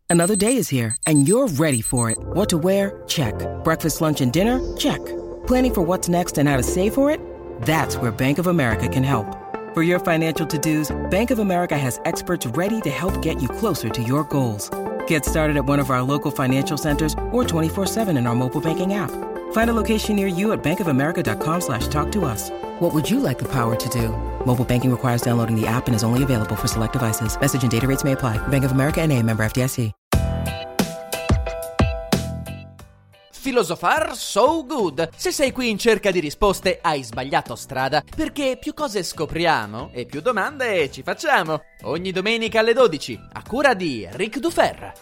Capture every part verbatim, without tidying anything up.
Another day is here, and you're ready for it. What to wear? Check. Breakfast, lunch, and dinner? Check. Planning for what's next and how to save for it? That's where Bank of America can help. For your financial to-dos, Bank of America has experts ready to help get you closer to your goals. Get started at one of our local financial centers or twenty-four seven in our mobile banking app. Find a location near you at bankofamerica.com slash talk to us. What would you like the power to do? Mobile banking requires downloading the app and is only available for select devices. Message and data rates may apply. Bank of America N A, member F D I C. Filosofar so good. Se sei qui in cerca di risposte, hai sbagliato strada, perché più cose scopriamo e più domande ci facciamo. Ogni domenica alle dodici, a cura di Ric Dufer.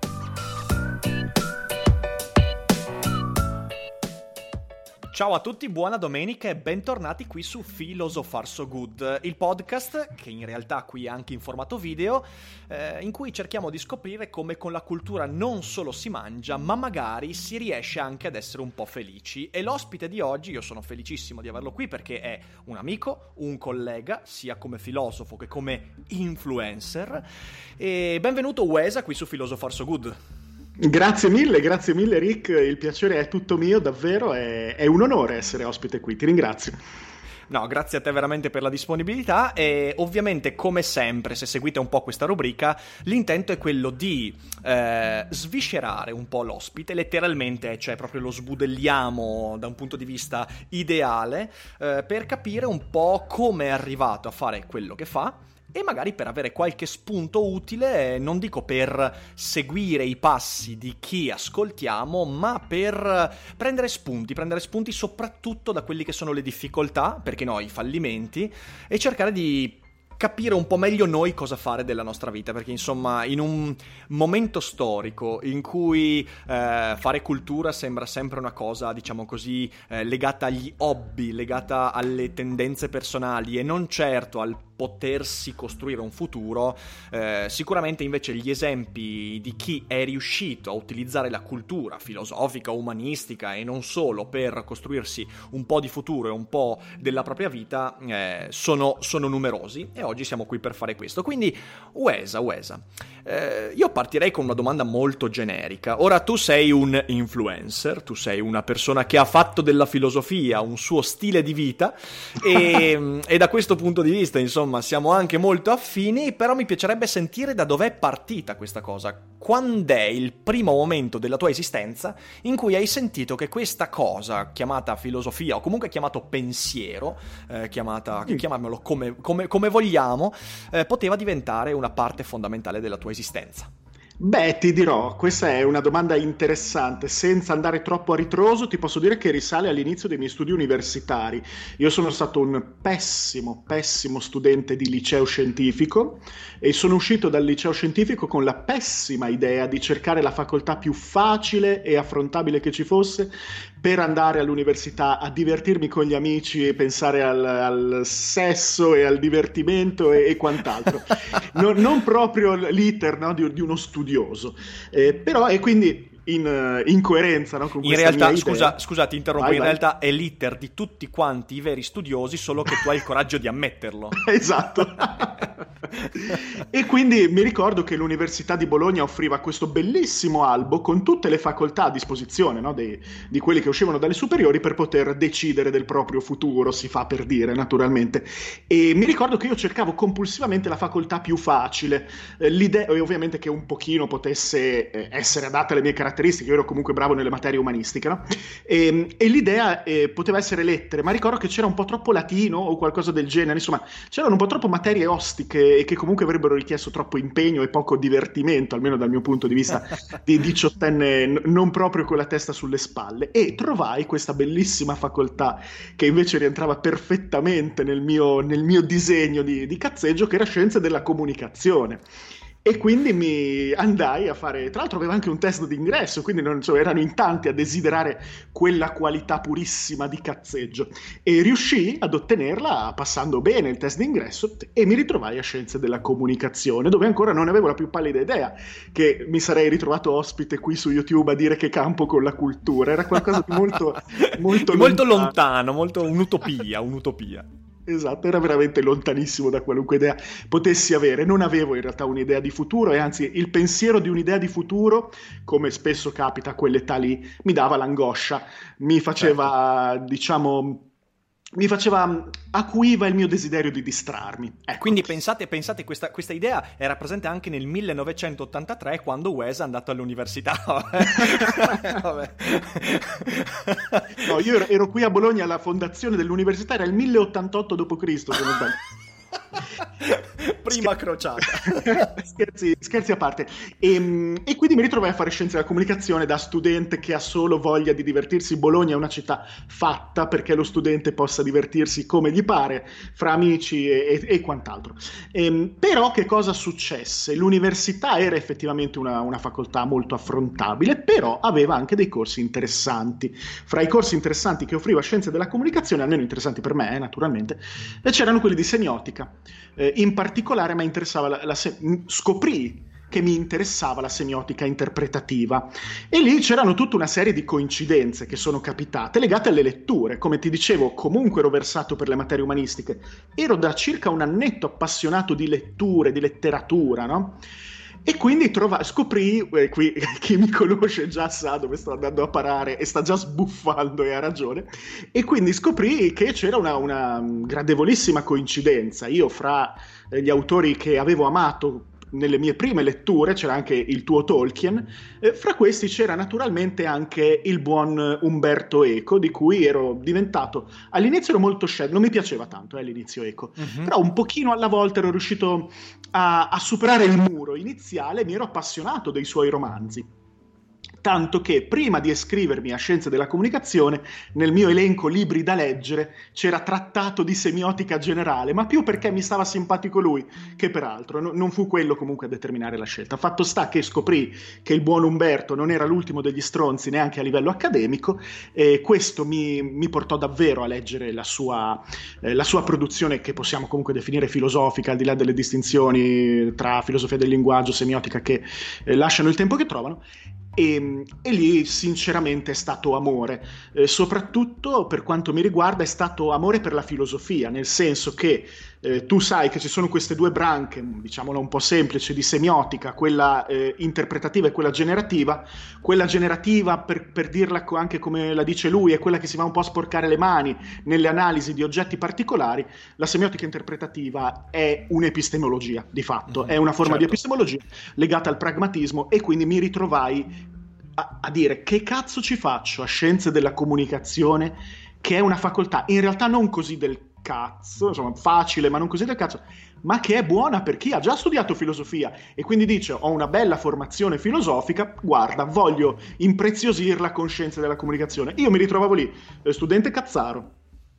Ciao a tutti, buona domenica e bentornati qui su Filosofar So Good, il podcast che in realtà qui è anche in formato video, eh, in cui cerchiamo di scoprire come con la cultura non solo si mangia, ma magari si riesce anche ad essere un po' felici. E l'ospite di oggi, io sono felicissimo di averlo qui perché è un amico, un collega, sia come filosofo che come influencer. E benvenuto Wesa qui su Filosofar So Good. Grazie mille, grazie mille Rick, il piacere è tutto mio, davvero, è, è un onore essere ospite qui, ti ringrazio. No, grazie a te veramente per la disponibilità e ovviamente come sempre, se seguite un po' questa rubrica, l'intento è quello di eh, sviscerare un po' l'ospite, letteralmente, cioè proprio lo sbudelliamo da un punto di vista ideale, eh, per capire un po' come è arrivato a fare quello che fa. E magari per avere qualche spunto utile, non dico per seguire i passi di chi ascoltiamo, ma per prendere spunti, prendere spunti soprattutto da quelli che sono le difficoltà, perché no, i fallimenti, e cercare di capire un po' meglio noi cosa fare della nostra vita, perché insomma in un momento storico in cui eh, fare cultura sembra sempre una cosa, diciamo così, eh, legata agli hobby, legata alle tendenze personali e non certo al potersi costruire un futuro, eh, sicuramente invece gli esempi di chi è riuscito a utilizzare la cultura filosofica, umanistica e non solo per costruirsi un po' di futuro e un po' della propria vita eh, sono, sono numerosi e oggi siamo qui per fare questo. Quindi Wesa, Wesa, eh, io partirei con una domanda molto generica. Ora tu sei un influencer, tu sei una persona che ha fatto della filosofia un suo stile di vita e, e da questo punto di vista insomma siamo anche molto affini, però mi piacerebbe sentire da dov'è partita questa cosa. Quando è il primo momento della tua esistenza in cui hai sentito che questa cosa chiamata filosofia o comunque chiamato pensiero, eh, chiamata, chiamiamolo come, come, come vogliamo, eh, poteva diventare una parte fondamentale della tua esistenza? Beh, ti dirò, questa è una domanda interessante. Senza andare troppo a ritroso, ti posso dire che risale all'inizio dei miei studi universitari. Io sono stato un pessimo, pessimo studente di liceo scientifico e sono uscito dal liceo scientifico con la pessima idea di cercare la facoltà più facile e affrontabile che ci fosse per andare all'università a divertirmi con gli amici e pensare al, al sesso e al divertimento e, e quant'altro. No, non proprio l'iter, no, di, di uno studioso, eh, però e quindi in, in coerenza, no, con in questa realtà, mia scusa, idea. scusa, ti interrompo, vai, in vai. realtà è l'iter di tutti quanti i veri studiosi, solo che tu hai il coraggio di ammetterlo. Esatto. E quindi mi ricordo che l'Università di Bologna offriva questo bellissimo albo con tutte le facoltà a disposizione, no, dei, di quelli che uscivano dalle superiori per poter decidere del proprio futuro, si fa per dire naturalmente. E mi ricordo che io cercavo compulsivamente la facoltà più facile, eh, l'idea e ovviamente che un pochino potesse eh, essere adatta alle mie caratteristiche, io ero comunque bravo nelle materie umanistiche, no? E, e l'idea eh, poteva essere lettere, ma ricordo che c'era un po' troppo latino o qualcosa del genere, insomma c'erano un po' troppo materie ostiche e che comunque avrebbero richiesto troppo impegno e poco divertimento, almeno dal mio punto di vista di diciottenne n- non proprio con la testa sulle spalle, e trovai questa bellissima facoltà che invece rientrava perfettamente nel mio, nel mio disegno di, di cazzeggio, che era Scienze della Comunicazione. E quindi mi andai a fare, tra l'altro aveva anche un test d'ingresso, quindi non so, erano in tanti a desiderare quella qualità purissima di cazzeggio, e riuscii ad ottenerla passando bene il test d'ingresso e mi ritrovai a Scienze della Comunicazione, dove ancora non avevo la più pallida idea che mi sarei ritrovato ospite qui su YouTube a dire che campo con la cultura. Era qualcosa di molto molto, molto lontano, molto un'utopia, un'utopia. Esatto, era veramente lontanissimo da qualunque idea potessi avere. Non avevo in realtà un'idea di futuro, e anzi il pensiero di un'idea di futuro, come spesso capita a quell'età lì, mi dava l'angoscia, mi faceva, certo. diciamo... mi faceva, acuiva il mio desiderio di distrarmi. Ecco. Quindi pensate, pensate questa, questa idea era presente anche nel millenovecentottantatré, quando Wes è andato all'università. Vabbè. No, io ero, ero qui a Bologna alla fondazione dell'università, era il mille ottantotto dopo Cristo, se non sbaglio. Prima Scher- crociata. scherzi, scherzi a parte. E, e quindi mi ritrovai a fare scienze della comunicazione da studente che ha solo voglia di divertirsi. Bologna è una città fatta perché lo studente possa divertirsi come gli pare, fra amici e, e, e quant'altro. E, però che cosa successe? L'università era effettivamente una, una facoltà molto affrontabile, però aveva anche dei corsi interessanti. Fra i corsi interessanti che offriva scienze della comunicazione, almeno interessanti per me, eh, naturalmente, c'erano quelli di semiotica. Eh, in particolare mi interessava la, la se- scoprì che mi interessava la semiotica interpretativa, e lì c'erano tutta una serie di coincidenze che sono capitate legate alle letture. Come ti dicevo, comunque ero versato per le materie umanistiche, ero da circa un annetto appassionato di letture, di letteratura, no? E quindi trova, scoprì, eh, qui chi mi conosce già sa dove sto andando a parare e sta già sbuffando, e ha ragione, e quindi scoprì che c'era una, una gradevolissima coincidenza. Io fra gli autori che avevo amato nelle mie prime letture c'era anche il tuo Tolkien, eh, fra questi c'era naturalmente anche il buon Umberto Eco, di cui ero diventato, all'inizio ero molto scettico, non mi piaceva tanto eh, all'inizio Eco, uh-huh. però un pochino alla volta ero riuscito a, a superare il muro iniziale, mi ero appassionato dei suoi romanzi. Tanto che prima di iscrivermi a Scienze della Comunicazione, nel mio elenco libri da leggere c'era Trattato di semiotica generale, ma più perché mi stava simpatico lui che per altro. No, non fu quello comunque a determinare la scelta. Fatto sta che scoprì che il buon Umberto non era l'ultimo degli stronzi neanche a livello accademico, e questo mi, mi portò davvero a leggere la sua, eh, la sua produzione, che possiamo comunque definire filosofica, al di là delle distinzioni tra filosofia del linguaggio, semiotica, che eh, lasciano il tempo che trovano. E, e lì sinceramente è stato amore, eh, soprattutto per quanto mi riguarda è stato amore per la filosofia, nel senso che eh, tu sai che ci sono queste due branche, diciamola un po' semplice, di semiotica, quella eh, interpretativa e quella generativa. Quella generativa, per, per dirla anche come la dice lui, è quella che si va un po' a sporcare le mani nelle analisi di oggetti particolari. La semiotica interpretativa è un'epistemologia, di fatto, mm-hmm, è una forma certo. di epistemologia legata al pragmatismo, e quindi mi ritrovai A, a dire: che cazzo ci faccio a Scienze della Comunicazione, che è una facoltà in realtà non così del cazzo, insomma facile ma non così del cazzo, ma che è buona per chi ha già studiato filosofia e quindi dice: ho una bella formazione filosofica, guarda, voglio impreziosirla con Scienze della Comunicazione. Io mi ritrovavo lì, studente cazzaro,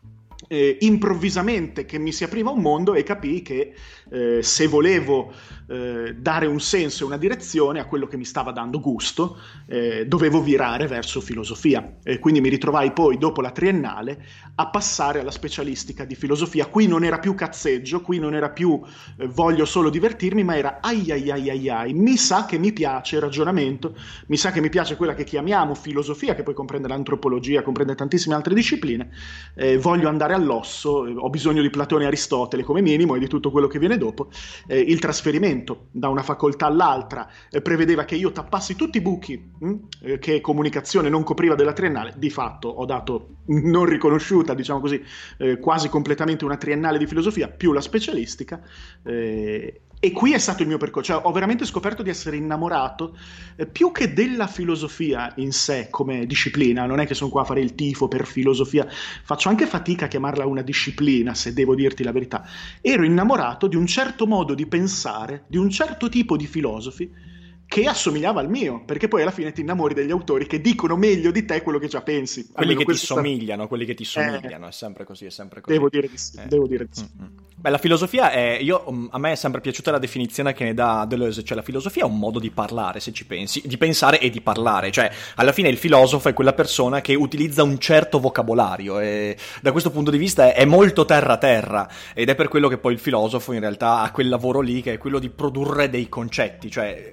eh, improvvisamente che mi si apriva un mondo, e capii che eh, se volevo eh, dare un senso e una direzione a quello che mi stava dando gusto, eh, dovevo virare verso filosofia, e quindi mi ritrovai poi dopo la triennale a passare alla specialistica di filosofia. Qui non era più cazzeggio, qui non era più eh, voglio solo divertirmi, ma era ai ai ai ai ai, mi sa che mi piace il ragionamento, mi sa che mi piace quella che chiamiamo filosofia, che poi comprende l'antropologia, comprende tantissime altre discipline, eh, voglio andare all'osso, eh, ho bisogno di Platone e Aristotele come minimo e di tutto quello che viene dopo. Eh, il trasferimento da una facoltà all'altra eh, prevedeva che io tappassi tutti i buchi mh, eh, che comunicazione non copriva della triennale. Di fatto ho dato non riconosciuta, diciamo così, eh, quasi completamente una triennale di filosofia più la specialistica, eh, e qui è stato il mio percorso. Cioè, ho veramente scoperto di essere innamorato eh, più che della filosofia in sé come disciplina. Non è che sono qua a fare il tifo per filosofia, faccio anche fatica a chiamarla una disciplina, se devo dirti la verità. Ero innamorato di un certo modo di pensare, di un certo tipo di filosofi che assomigliava al mio, perché poi alla fine ti innamori degli autori che dicono meglio di te quello che già pensi. Quelli Almeno che ti sta... somigliano, quelli che ti somigliano, eh, è sempre così, è sempre così. Devo dire di sì, eh. devo dire di sì. Mm-hmm. Beh, la filosofia è, io, a me è sempre piaciuta la definizione che ne dà Deleuze, cioè la filosofia è un modo di parlare, se ci pensi, di pensare e di parlare, cioè alla fine il filosofo è quella persona che utilizza un certo vocabolario, e da questo punto di vista è molto terra-terra, ed è per quello che poi il filosofo in realtà ha quel lavoro lì che è quello di produrre dei concetti, cioè usa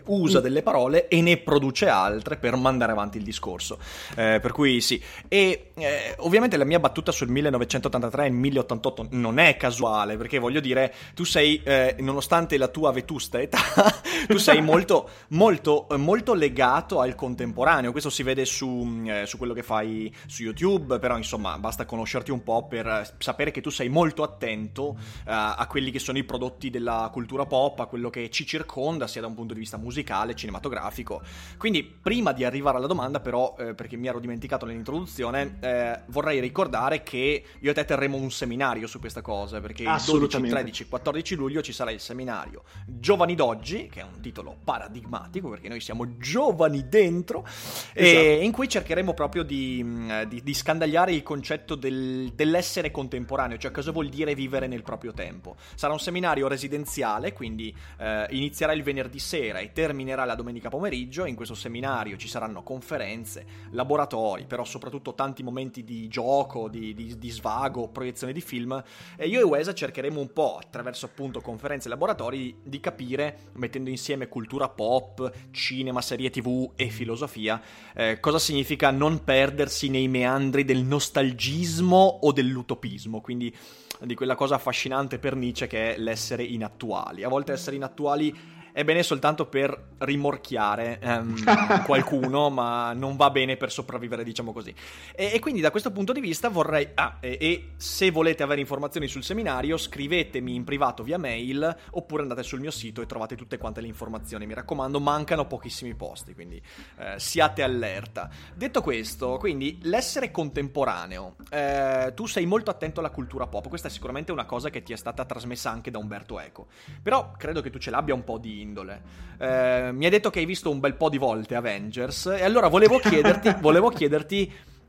delle parole e ne produce altre per mandare avanti il discorso. Eh, per cui sì. E eh, ovviamente la mia battuta sul millenovecentottantatré e il milleottantotto non è casuale, perché voglio dire, tu sei, eh, nonostante la tua vetusta età, tu sei molto, molto, molto legato al contemporaneo. Questo si vede su, eh, su quello che fai su YouTube, però insomma basta conoscerti un po' per sapere che tu sei molto attento eh, a quelli che sono i prodotti della cultura pop, a quello che ci circonda, sia da un punto di vista musicale, cinematografico. Quindi prima di arrivare alla domanda però, eh, perché mi ero dimenticato nell'introduzione, eh, vorrei ricordare che io e te terremo un seminario su questa cosa, perché il dodici, tredici, quattordici luglio ci sarà il seminario Giovani d'oggi, che è un titolo paradigmatico perché noi siamo giovani dentro, esatto. E in cui cercheremo proprio di, di, di scandagliare il concetto del, dell'essere contemporaneo, cioè cosa vuol dire vivere nel proprio tempo. Sarà un seminario residenziale, quindi eh, inizierà il venerdì sera e terminerà la domenica pomeriggio. In questo seminario ci saranno conferenze, laboratori, però soprattutto tanti momenti di gioco, di, di, di svago, proiezione di film, e io e Wesa cercheremo un po', attraverso appunto conferenze e laboratori, di capire, mettendo insieme cultura pop, cinema, serie tv e filosofia, eh, cosa significa non perdersi nei meandri del nostalgismo o dell'utopismo, quindi di quella cosa affascinante per Nietzsche che è l'essere inattuali. A volte essere inattuali è bene soltanto per rimorchiare um, qualcuno, ma non va bene per sopravvivere, diciamo così. E, e quindi da questo punto di vista vorrei... Ah, e, e se volete avere informazioni sul seminario, scrivetemi in privato via mail, oppure andate sul mio sito e trovate tutte quante le informazioni. Mi raccomando, mancano pochissimi posti, quindi eh, siate allerta. Detto questo, quindi l'essere contemporaneo. Eh, tu sei molto attento alla cultura pop, questa è sicuramente una cosa che ti è stata trasmessa anche da Umberto Eco. Però credo che tu ce l'abbia un po' di indole. Eh, mi hai detto che hai visto un bel po' di volte Avengers, e allora volevo chiederti, volevo chiederti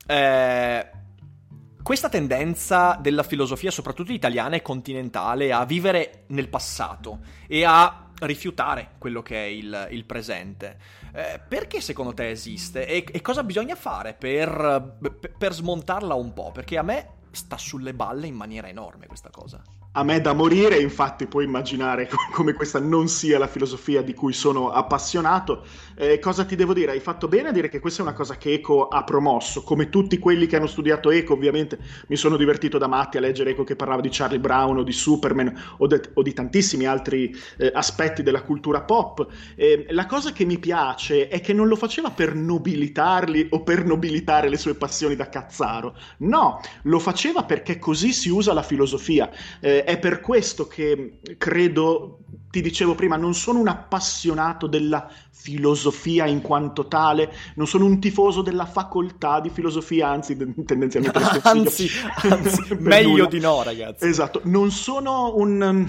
eh, questa tendenza della filosofia, soprattutto italiana e continentale, a vivere nel passato e a rifiutare quello che è il, il presente. Eh, perché secondo te esiste? E, e cosa bisogna fare per, per smontarla un po'? Perché a me sta sulle balle in maniera enorme questa cosa. A me da morire, infatti puoi immaginare come questa non sia la filosofia di cui sono appassionato. Eh, cosa ti devo dire? Hai fatto bene a dire che questa è una cosa che Eco ha promosso. Come tutti quelli che hanno studiato Eco, ovviamente mi sono divertito da matti a leggere Eco che parlava di Charlie Brown o di Superman o, de- o di tantissimi altri eh, aspetti della cultura pop. Eh, la cosa che mi piace è che non lo faceva per nobilitarli o per nobilitare le sue passioni da cazzaro. No, lo faceva perché così si usa la filosofia. Eh, È per questo che credo, ti dicevo prima, non sono un appassionato della filosofia in quanto tale, non sono un tifoso della facoltà di filosofia, anzi tendenzialmente anzi, anzi meglio nulla. Di no, ragazzi. Esatto, non sono un...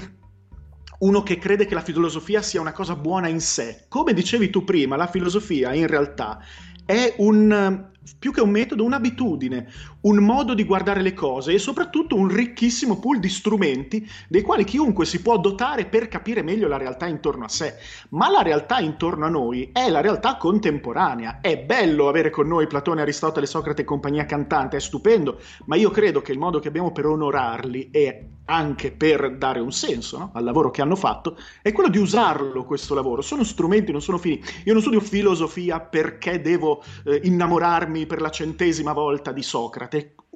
uno che crede che la filosofia sia una cosa buona in sé. Come dicevi tu prima, la filosofia in realtà è un... più che un metodo, un'abitudine, un modo di guardare le cose e soprattutto un ricchissimo pool di strumenti dei quali chiunque si può dotare per capire meglio la realtà intorno a sé. Ma la realtà intorno a noi è la realtà contemporanea. È bello avere con noi Platone, Aristotele, Socrate e compagnia cantante, è stupendo, ma io credo che il modo che abbiamo per onorarli e anche per dare un senso, no, al lavoro che hanno fatto è quello di usarlo, questo lavoro. Sono strumenti, non sono fini. Io non studio filosofia perché devo eh, innamorarmi per la centesima volta di Socrate.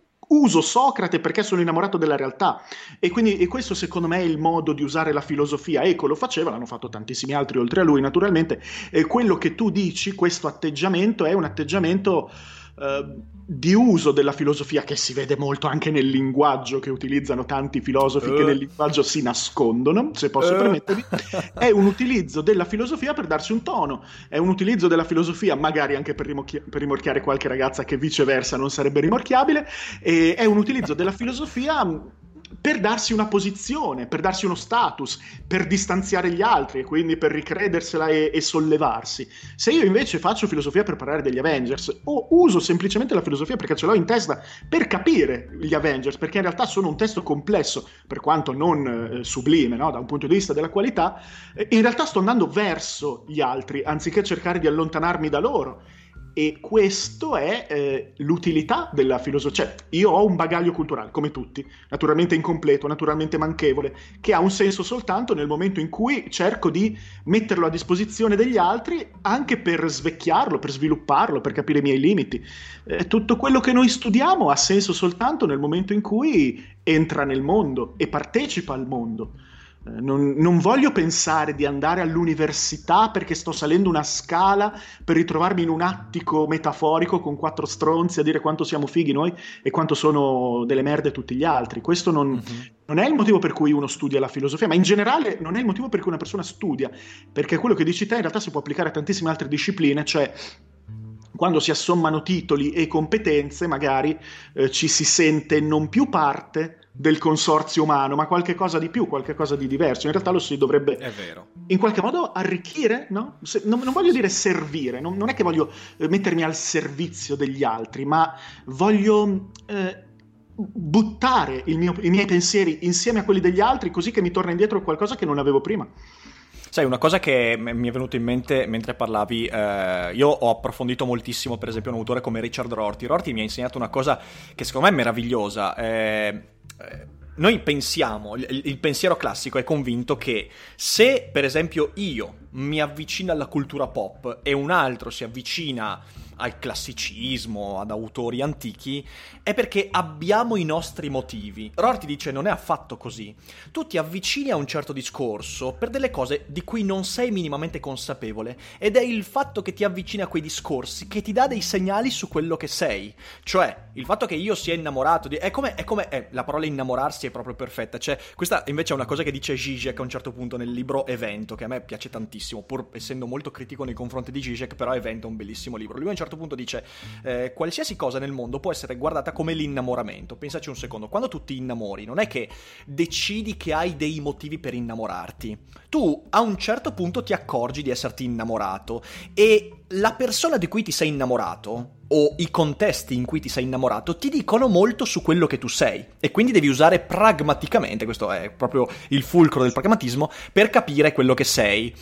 Uso Socrate perché sono innamorato della realtà e quindi e questo secondo me è il modo di usare la filosofia. Eco lo faceva, l'hanno fatto tantissimi altri oltre a lui naturalmente, e quello che tu dici, questo atteggiamento è un atteggiamento uh, di uso della filosofia che si vede molto anche nel linguaggio che utilizzano tanti filosofi uh. che nel linguaggio si nascondono, se posso uh. permettermi. È un utilizzo della filosofia per darsi un tono, è un utilizzo della filosofia magari anche per, rimorchi- per rimorchiare qualche ragazza che viceversa non sarebbe rimorchiabile, e è un utilizzo della filosofia per darsi una posizione, per darsi uno status, per distanziare gli altri e quindi per ricredersela e, e sollevarsi. Se io invece faccio filosofia per parlare degli Avengers o uso semplicemente la filosofia perché ce l'ho in testa per capire gli Avengers, perché in realtà sono un testo complesso, per quanto non eh, sublime, no? Da un punto di vista della qualità, eh, in realtà sto andando verso gli altri anziché cercare di allontanarmi da loro. E questo è eh, l'utilità della filosofia. Cioè, io ho un bagaglio culturale, come tutti, naturalmente incompleto, naturalmente manchevole, che ha un senso soltanto nel momento in cui cerco di metterlo a disposizione degli altri, anche per svecchiarlo, per svilupparlo, per capire i miei limiti. Eh, tutto quello che noi studiamo ha senso soltanto nel momento in cui entra nel mondo e partecipa al mondo. Non, non voglio pensare di andare all'università perché sto salendo una scala per ritrovarmi in un attico metaforico con quattro stronzi a dire quanto siamo fighi noi e quanto sono delle merde tutti gli altri. Questo non, mm-hmm. non è il motivo per cui uno studia la filosofia, ma in generale non è il motivo per cui una persona studia, perché quello che dici te in realtà si può applicare a tantissime altre discipline, cioè quando si assommano titoli e competenze magari eh, ci si sente non più parte del consorzio umano, ma qualche cosa di più, qualche cosa di diverso. In realtà lo si dovrebbe è vero. in qualche modo arricchire, no? Se, non, non voglio dire servire, non, non è che voglio eh, mettermi al servizio degli altri, ma voglio eh, buttare il mio, i miei pensieri insieme a quelli degli altri, così che mi torna indietro qualcosa che non avevo prima. Sai, una cosa che mi è venuto in mente mentre parlavi, eh, io ho approfondito moltissimo, per esempio, un autore come Richard Rorty. Rorty mi ha insegnato una cosa che secondo me è meravigliosa. Eh, eh, noi pensiamo, il, il pensiero classico è convinto che se, per esempio, io mi avvicino alla cultura pop e un altro si avvicina al classicismo, ad autori antichi, è perché abbiamo i nostri motivi. Rorty dice non è affatto così. Tu ti avvicini a un certo discorso per delle cose di cui non sei minimamente consapevole, ed è il fatto che ti avvicini a quei discorsi che ti dà dei segnali su quello che sei. Cioè, il fatto che io sia innamorato di... È come... È come eh, la parola innamorarsi è proprio perfetta. Cioè, questa invece è una cosa che dice Zizek a un certo punto nel libro Evento, che a me piace tantissimo, pur essendo molto critico nei confronti di Zizek, però Evento è un bellissimo libro. Lui a un certo punto dice eh, qualsiasi cosa nel mondo può essere guardata come l'innamoramento. Pensaci un secondo, quando tu ti innamori non è che decidi che hai dei motivi per innamorarti, tu a un certo punto ti accorgi di esserti innamorato e la persona di cui ti sei innamorato o i contesti in cui ti sei innamorato ti dicono molto su quello che tu sei, e quindi devi usare pragmaticamente, questo è proprio il fulcro del pragmatismo, per capire quello che sei.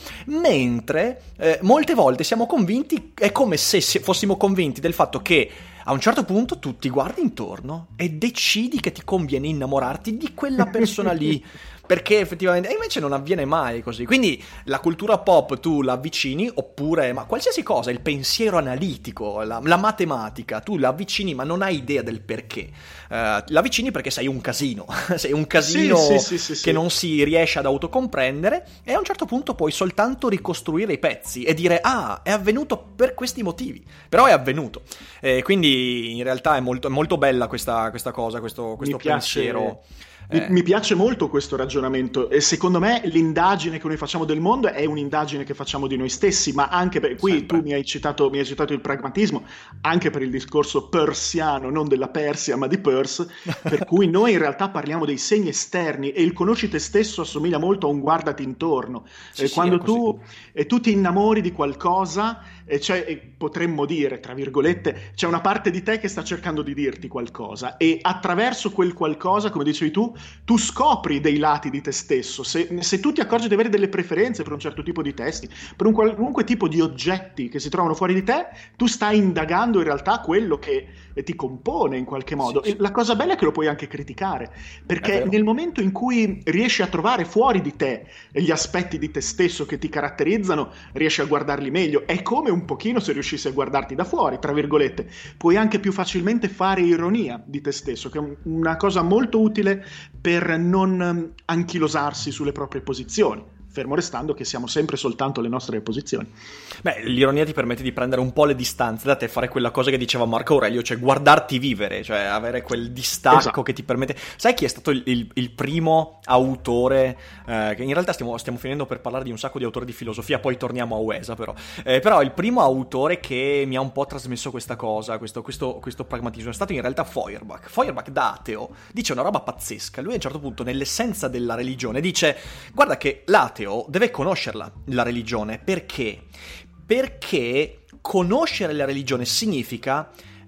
Mentre eh, molte volte siamo convinti, è come se fossimo convinti del fatto che a un certo punto tu ti guardi intorno e decidi che ti conviene innamorarti di quella persona lì, perché effettivamente, e invece non avviene mai così. Quindi la cultura pop tu la avvicini, oppure, ma qualsiasi cosa, il pensiero analitico, la, la matematica, tu la avvicini ma non hai idea del perché. Uh, la avvicini perché sei un casino, sei un casino sì, sì, sì, sì, che sì. non si riesce ad autocomprendere, e a un certo punto puoi soltanto ricostruire i pezzi e dire ah, è avvenuto per questi motivi, però è avvenuto. E quindi in realtà è molto, è molto bella questa, questa cosa, questo, questo Mi piace... pensiero. Mi, mi piace molto questo ragionamento, e secondo me l'indagine che noi facciamo del mondo è un'indagine che facciamo di noi stessi, ma anche per qui Sempre. tu mi hai citato mi hai citato il pragmatismo, anche per il discorso persiano, non della Persia ma di Peirce, per cui noi in realtà parliamo dei segni esterni, e il conosci te stesso assomiglia molto a un guardati intorno. Sì, eh, sì, quando è così. tu, eh, tu ti innamori di qualcosa, eh, cioè, eh, potremmo dire tra virgolette, c'è una parte di te che sta cercando di dirti qualcosa, e attraverso quel qualcosa, come dicevi tu, tu scopri dei lati di te stesso. Se, se tu ti accorgi di avere delle preferenze per un certo tipo di testi, per un qualunque tipo di oggetti che si trovano fuori di te, tu stai indagando in realtà quello che ti compone in qualche modo. Sì, sì. E la cosa bella è che lo puoi anche criticare, perché nel momento in cui riesci a trovare fuori di te gli aspetti di te stesso che ti caratterizzano, riesci a guardarli meglio. È come un pochino se riuscissi a guardarti da fuori, tra virgolette. Puoi anche più facilmente fare ironia di te stesso, che è una cosa molto utile per non anchilosarsi sulle proprie posizioni, fermo restando che siamo sempre soltanto le nostre posizioni. Beh, l'ironia ti permette di prendere un po' le distanze da te, fare quella cosa che diceva Marco Aurelio, cioè guardarti vivere, cioè avere quel distacco esatto. che ti permette... Sai chi è stato il, il, il primo autore, eh, che in realtà stiamo, stiamo finendo per parlare di un sacco di autori di filosofia, poi torniamo a Uesa però, eh, però il primo autore che mi ha un po' trasmesso questa cosa, questo, questo, questo pragmatismo, è stato in realtà Feuerbach. Feuerbach da ateo dice una roba pazzesca. Lui a un certo punto nell'essenza della religione dice guarda che l'ateo deve conoscerla, la religione. Perché? Perché conoscere la religione significa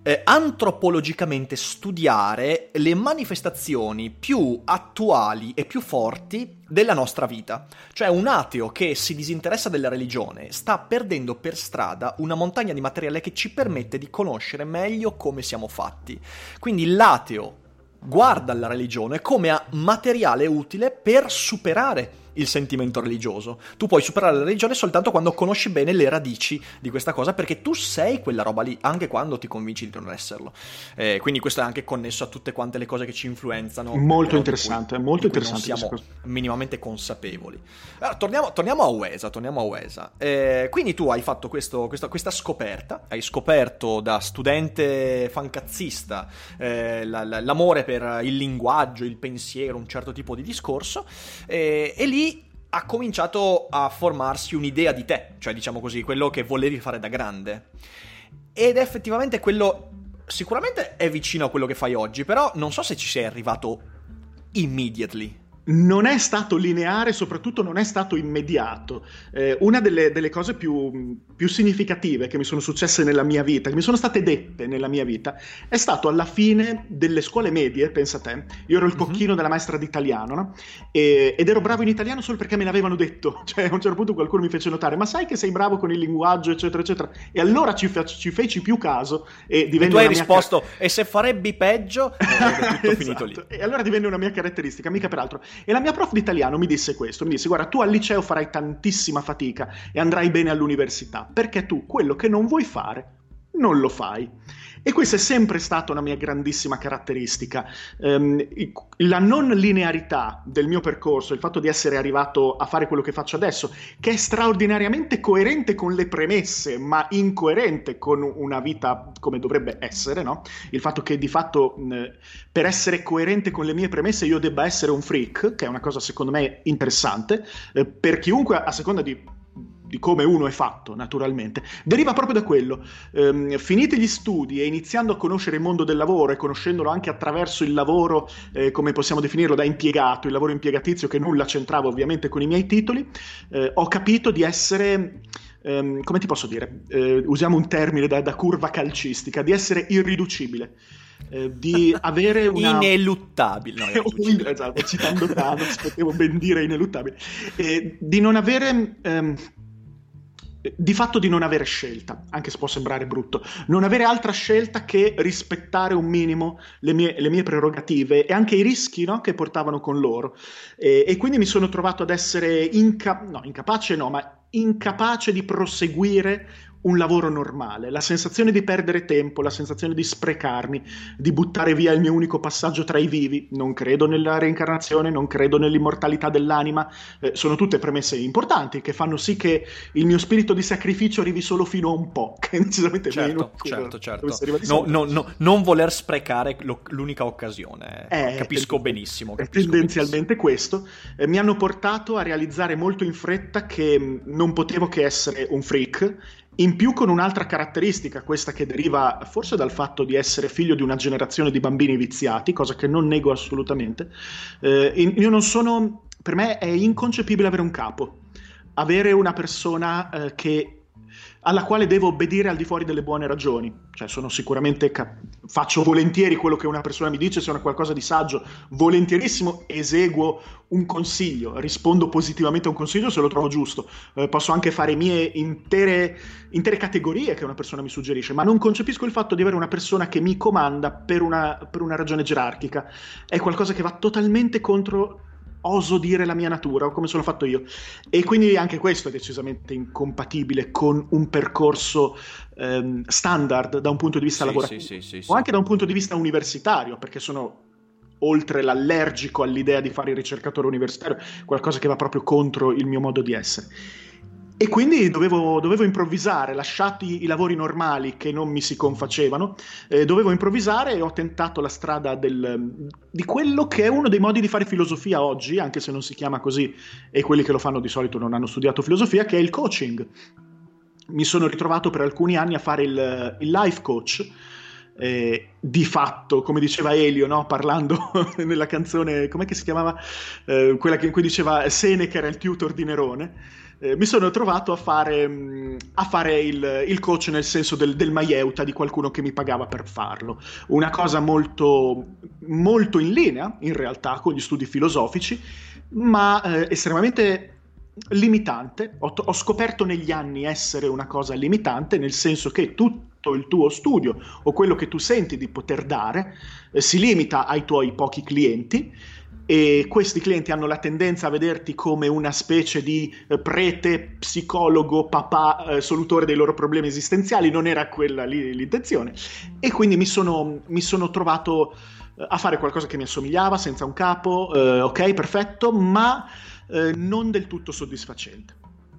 eh, antropologicamente studiare le manifestazioni più attuali e più forti della nostra vita. Cioè un ateo che si disinteressa della religione sta perdendo per strada una montagna di materiale che ci permette di conoscere meglio come siamo fatti. Quindi l'ateo guarda la religione come a materiale utile per superare il sentimento religioso. Tu puoi superare la religione soltanto quando conosci bene le radici di questa cosa, perché tu sei quella roba lì, anche quando ti convinci di non esserlo. Eh, quindi questo è anche connesso a tutte quante le cose che ci influenzano. Molto interessante, cui, molto interessante. Non siamo minimamente consapevoli. Allora, torniamo, torniamo a Uesa, torniamo a Uesa. Eh, quindi tu hai fatto questo, questa, questa scoperta, hai scoperto da studente fancazzista eh, la, la, l'amore per il linguaggio, il pensiero, un certo tipo di discorso, eh, e lì ha cominciato a formarsi un'idea di te, cioè diciamo così, quello che volevi fare da grande. Ed effettivamente quello sicuramente è vicino a quello che fai oggi, però non so se ci sei arrivato immediately. Non è stato lineare, soprattutto non è stato immediato. Eh, una delle, delle cose più, più significative che mi sono successe nella mia vita, che mi sono state dette nella mia vita, è stato alla fine delle scuole medie, pensa te. Io ero il cocchino mm-hmm. della maestra di italiano, no? E, ed ero bravo in italiano solo perché me l'avevano detto. Cioè a un certo punto qualcuno mi fece notare: ma sai che sei bravo con il linguaggio, eccetera, eccetera. E allora ci, fe- ci feci più caso e divenne. E tu hai una risposto, mia... e se farebbi peggio? È tutto esatto. finito lì. E allora divenne una mia caratteristica, mica peraltro. E la mia prof di italiano mi disse questo, mi disse: guarda, tu al liceo farai tantissima fatica e andrai bene all'università, perché tu quello che non vuoi fare non lo fai. E questa è sempre stata una mia grandissima caratteristica. Um, la non linearità del mio percorso, il fatto di essere arrivato a fare quello che faccio adesso, che è straordinariamente coerente con le premesse, ma incoerente con una vita come dovrebbe essere, no? Il fatto che di fatto mh, per essere coerente con le mie premesse io debba essere un freak, che è una cosa secondo me interessante, eh, per chiunque, a seconda di di come uno è fatto, naturalmente, deriva proprio da quello. Ehm, finiti gli studi e iniziando a conoscere il mondo del lavoro e conoscendolo anche attraverso il lavoro, eh, come possiamo definirlo, da impiegato, il lavoro impiegatizio, che nulla c'entrava ovviamente con i miei titoli, eh, ho capito di essere... Um, come ti posso dire? Uh, usiamo un termine da, da curva calcistica, di essere irriducibile. Uh, di avere una... ineluttabile, no, esatto, citando Thanos, potevo ben dire ineluttabile. E di non avere... Um, di fatto di non avere scelta, anche se può sembrare brutto, non avere altra scelta che rispettare un minimo le mie, le mie prerogative e anche i rischi, no, che portavano con loro. E, e quindi mi sono trovato ad essere inca- no, incapace no, ma incapace di proseguire un lavoro normale, la sensazione di perdere tempo, la sensazione di sprecarmi, di buttare via il mio unico passaggio tra i vivi. Non credo nella reincarnazione, non credo nell'immortalità dell'anima, eh, sono tutte premesse importanti che fanno sì che il mio spirito di sacrificio arrivi solo fino a un po', che decisamente certo, meno, certo, certo. No, no, no, non voler sprecare lo, l'unica occasione, eh, capisco ten- benissimo. Capisco tendenzialmente benissimo. Questo eh, mi hanno portato a realizzare molto in fretta che mh, non potevo che essere un freak. In più con un'altra caratteristica, questa che deriva forse dal fatto di essere figlio di una generazione di bambini viziati, cosa che non nego assolutamente. Eh, io non sono, per me è inconcepibile avere un capo, avere una persona eh, che alla quale devo obbedire al di fuori delle buone ragioni. Cioè sono sicuramente cap- faccio volentieri quello che una persona mi dice, se è una qualcosa di saggio, volentierissimo eseguo un consiglio, rispondo positivamente a un consiglio se lo trovo giusto, eh, posso anche fare mie intere, intere categorie che una persona mi suggerisce, ma non concepisco il fatto di avere una persona che mi comanda per una, per una ragione gerarchica. È qualcosa che va totalmente contro, oso dire, la mia natura o come sono fatto io, e quindi anche questo è decisamente incompatibile con un percorso ehm, standard da un punto di vista sì, lavorativo sì, sì, sì, o anche da un punto di vista universitario, perché sono, oltre l'allergico all'idea di fare il ricercatore universitario, qualcosa che va proprio contro il mio modo di essere. E quindi dovevo, dovevo improvvisare, lasciati i lavori normali che non mi si confacevano, eh, dovevo improvvisare e ho tentato la strada del, di quello che è uno dei modi di fare filosofia oggi, anche se non si chiama così e quelli che lo fanno di solito non hanno studiato filosofia, che è il coaching. Mi sono ritrovato per alcuni anni a fare il, il life coach, eh, di fatto, come diceva Elio, no? Parlando nella canzone, com'è che si chiamava? Eh, quella che, in cui diceva Seneca era il tutor di Nerone. eh, mi sono trovato a fare, mh, a fare il, il coach nel senso del, del maieuta di qualcuno che mi pagava per farlo. Una cosa molto, molto in linea, in realtà, con gli studi filosofici, ma eh, estremamente limitante. Ho, ho scoperto negli anni essere una cosa limitante, nel senso che tutto il tuo studio o quello che tu senti di poter dare eh, si limita ai tuoi pochi clienti, e questi clienti hanno la tendenza a vederti come una specie di eh, prete, psicologo, papà, eh, solutore dei loro problemi esistenziali. Non era quella lì l'intenzione, e quindi mi sono, mi sono trovato eh, a fare qualcosa che mi assomigliava, senza un capo, eh, ok, perfetto, ma eh, non del tutto soddisfacente.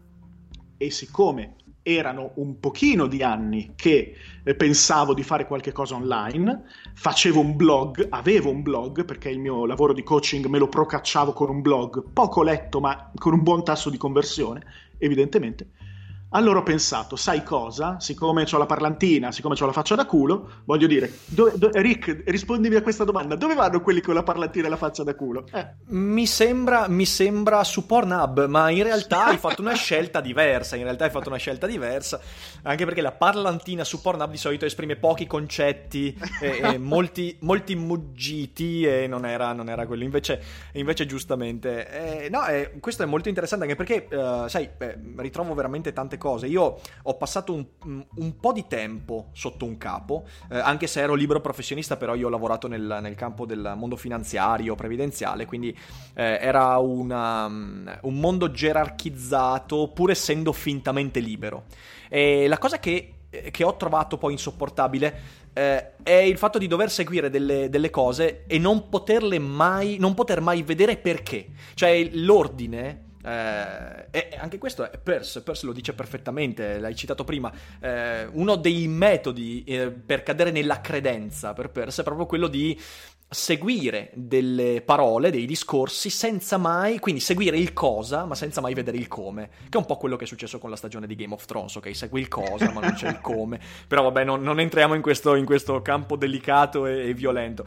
E siccome erano un pochino di anni che eh, pensavo di fare qualche cosa online, facevo un blog, avevo un blog, perché il mio lavoro di coaching me lo procacciavo con un blog, poco letto ma con un buon tasso di conversione, evidentemente. Allora ho pensato, sai cosa? Siccome c'ho la parlantina, siccome c'ho la faccia da culo, voglio dire, dove, dove, Rick, rispondimi a questa domanda, dove vanno quelli con la parlantina e la faccia da culo? Eh. Mi sembra, mi sembra su Pornhub, ma in realtà hai fatto una scelta diversa, in realtà hai fatto una scelta diversa, anche perché la parlantina su Pornhub di solito esprime pochi concetti e, e molti, molti muggiti, e non era, non era quello, invece, invece giustamente. Eh, no, eh, questo è molto interessante, anche perché, eh, sai, eh, ritrovo veramente tante cose. Io ho passato un, un po' di tempo sotto un capo, eh, anche se ero libero professionista, però io ho lavorato nel, nel campo del mondo finanziario, previdenziale, quindi eh, era una, un mondo gerarchizzato, pur essendo fintamente libero. E la cosa che, che ho trovato poi insopportabile eh, è il fatto di dover seguire delle, delle cose e non poterle mai, non poter mai vedere perché. Cioè l'ordine... Eh, e anche questo è Peirce, Peirce lo dice perfettamente, l'hai citato prima, eh, uno dei metodi eh, per cadere nella credenza per Peirce è proprio quello di seguire delle parole, dei discorsi senza mai, quindi seguire il cosa ma senza mai vedere il come, che è un po' quello che è successo con la stagione di Game of Thrones, ok? Segui il cosa ma non c'è il come, però vabbè, non, non entriamo in questo, in questo campo delicato e, e violento.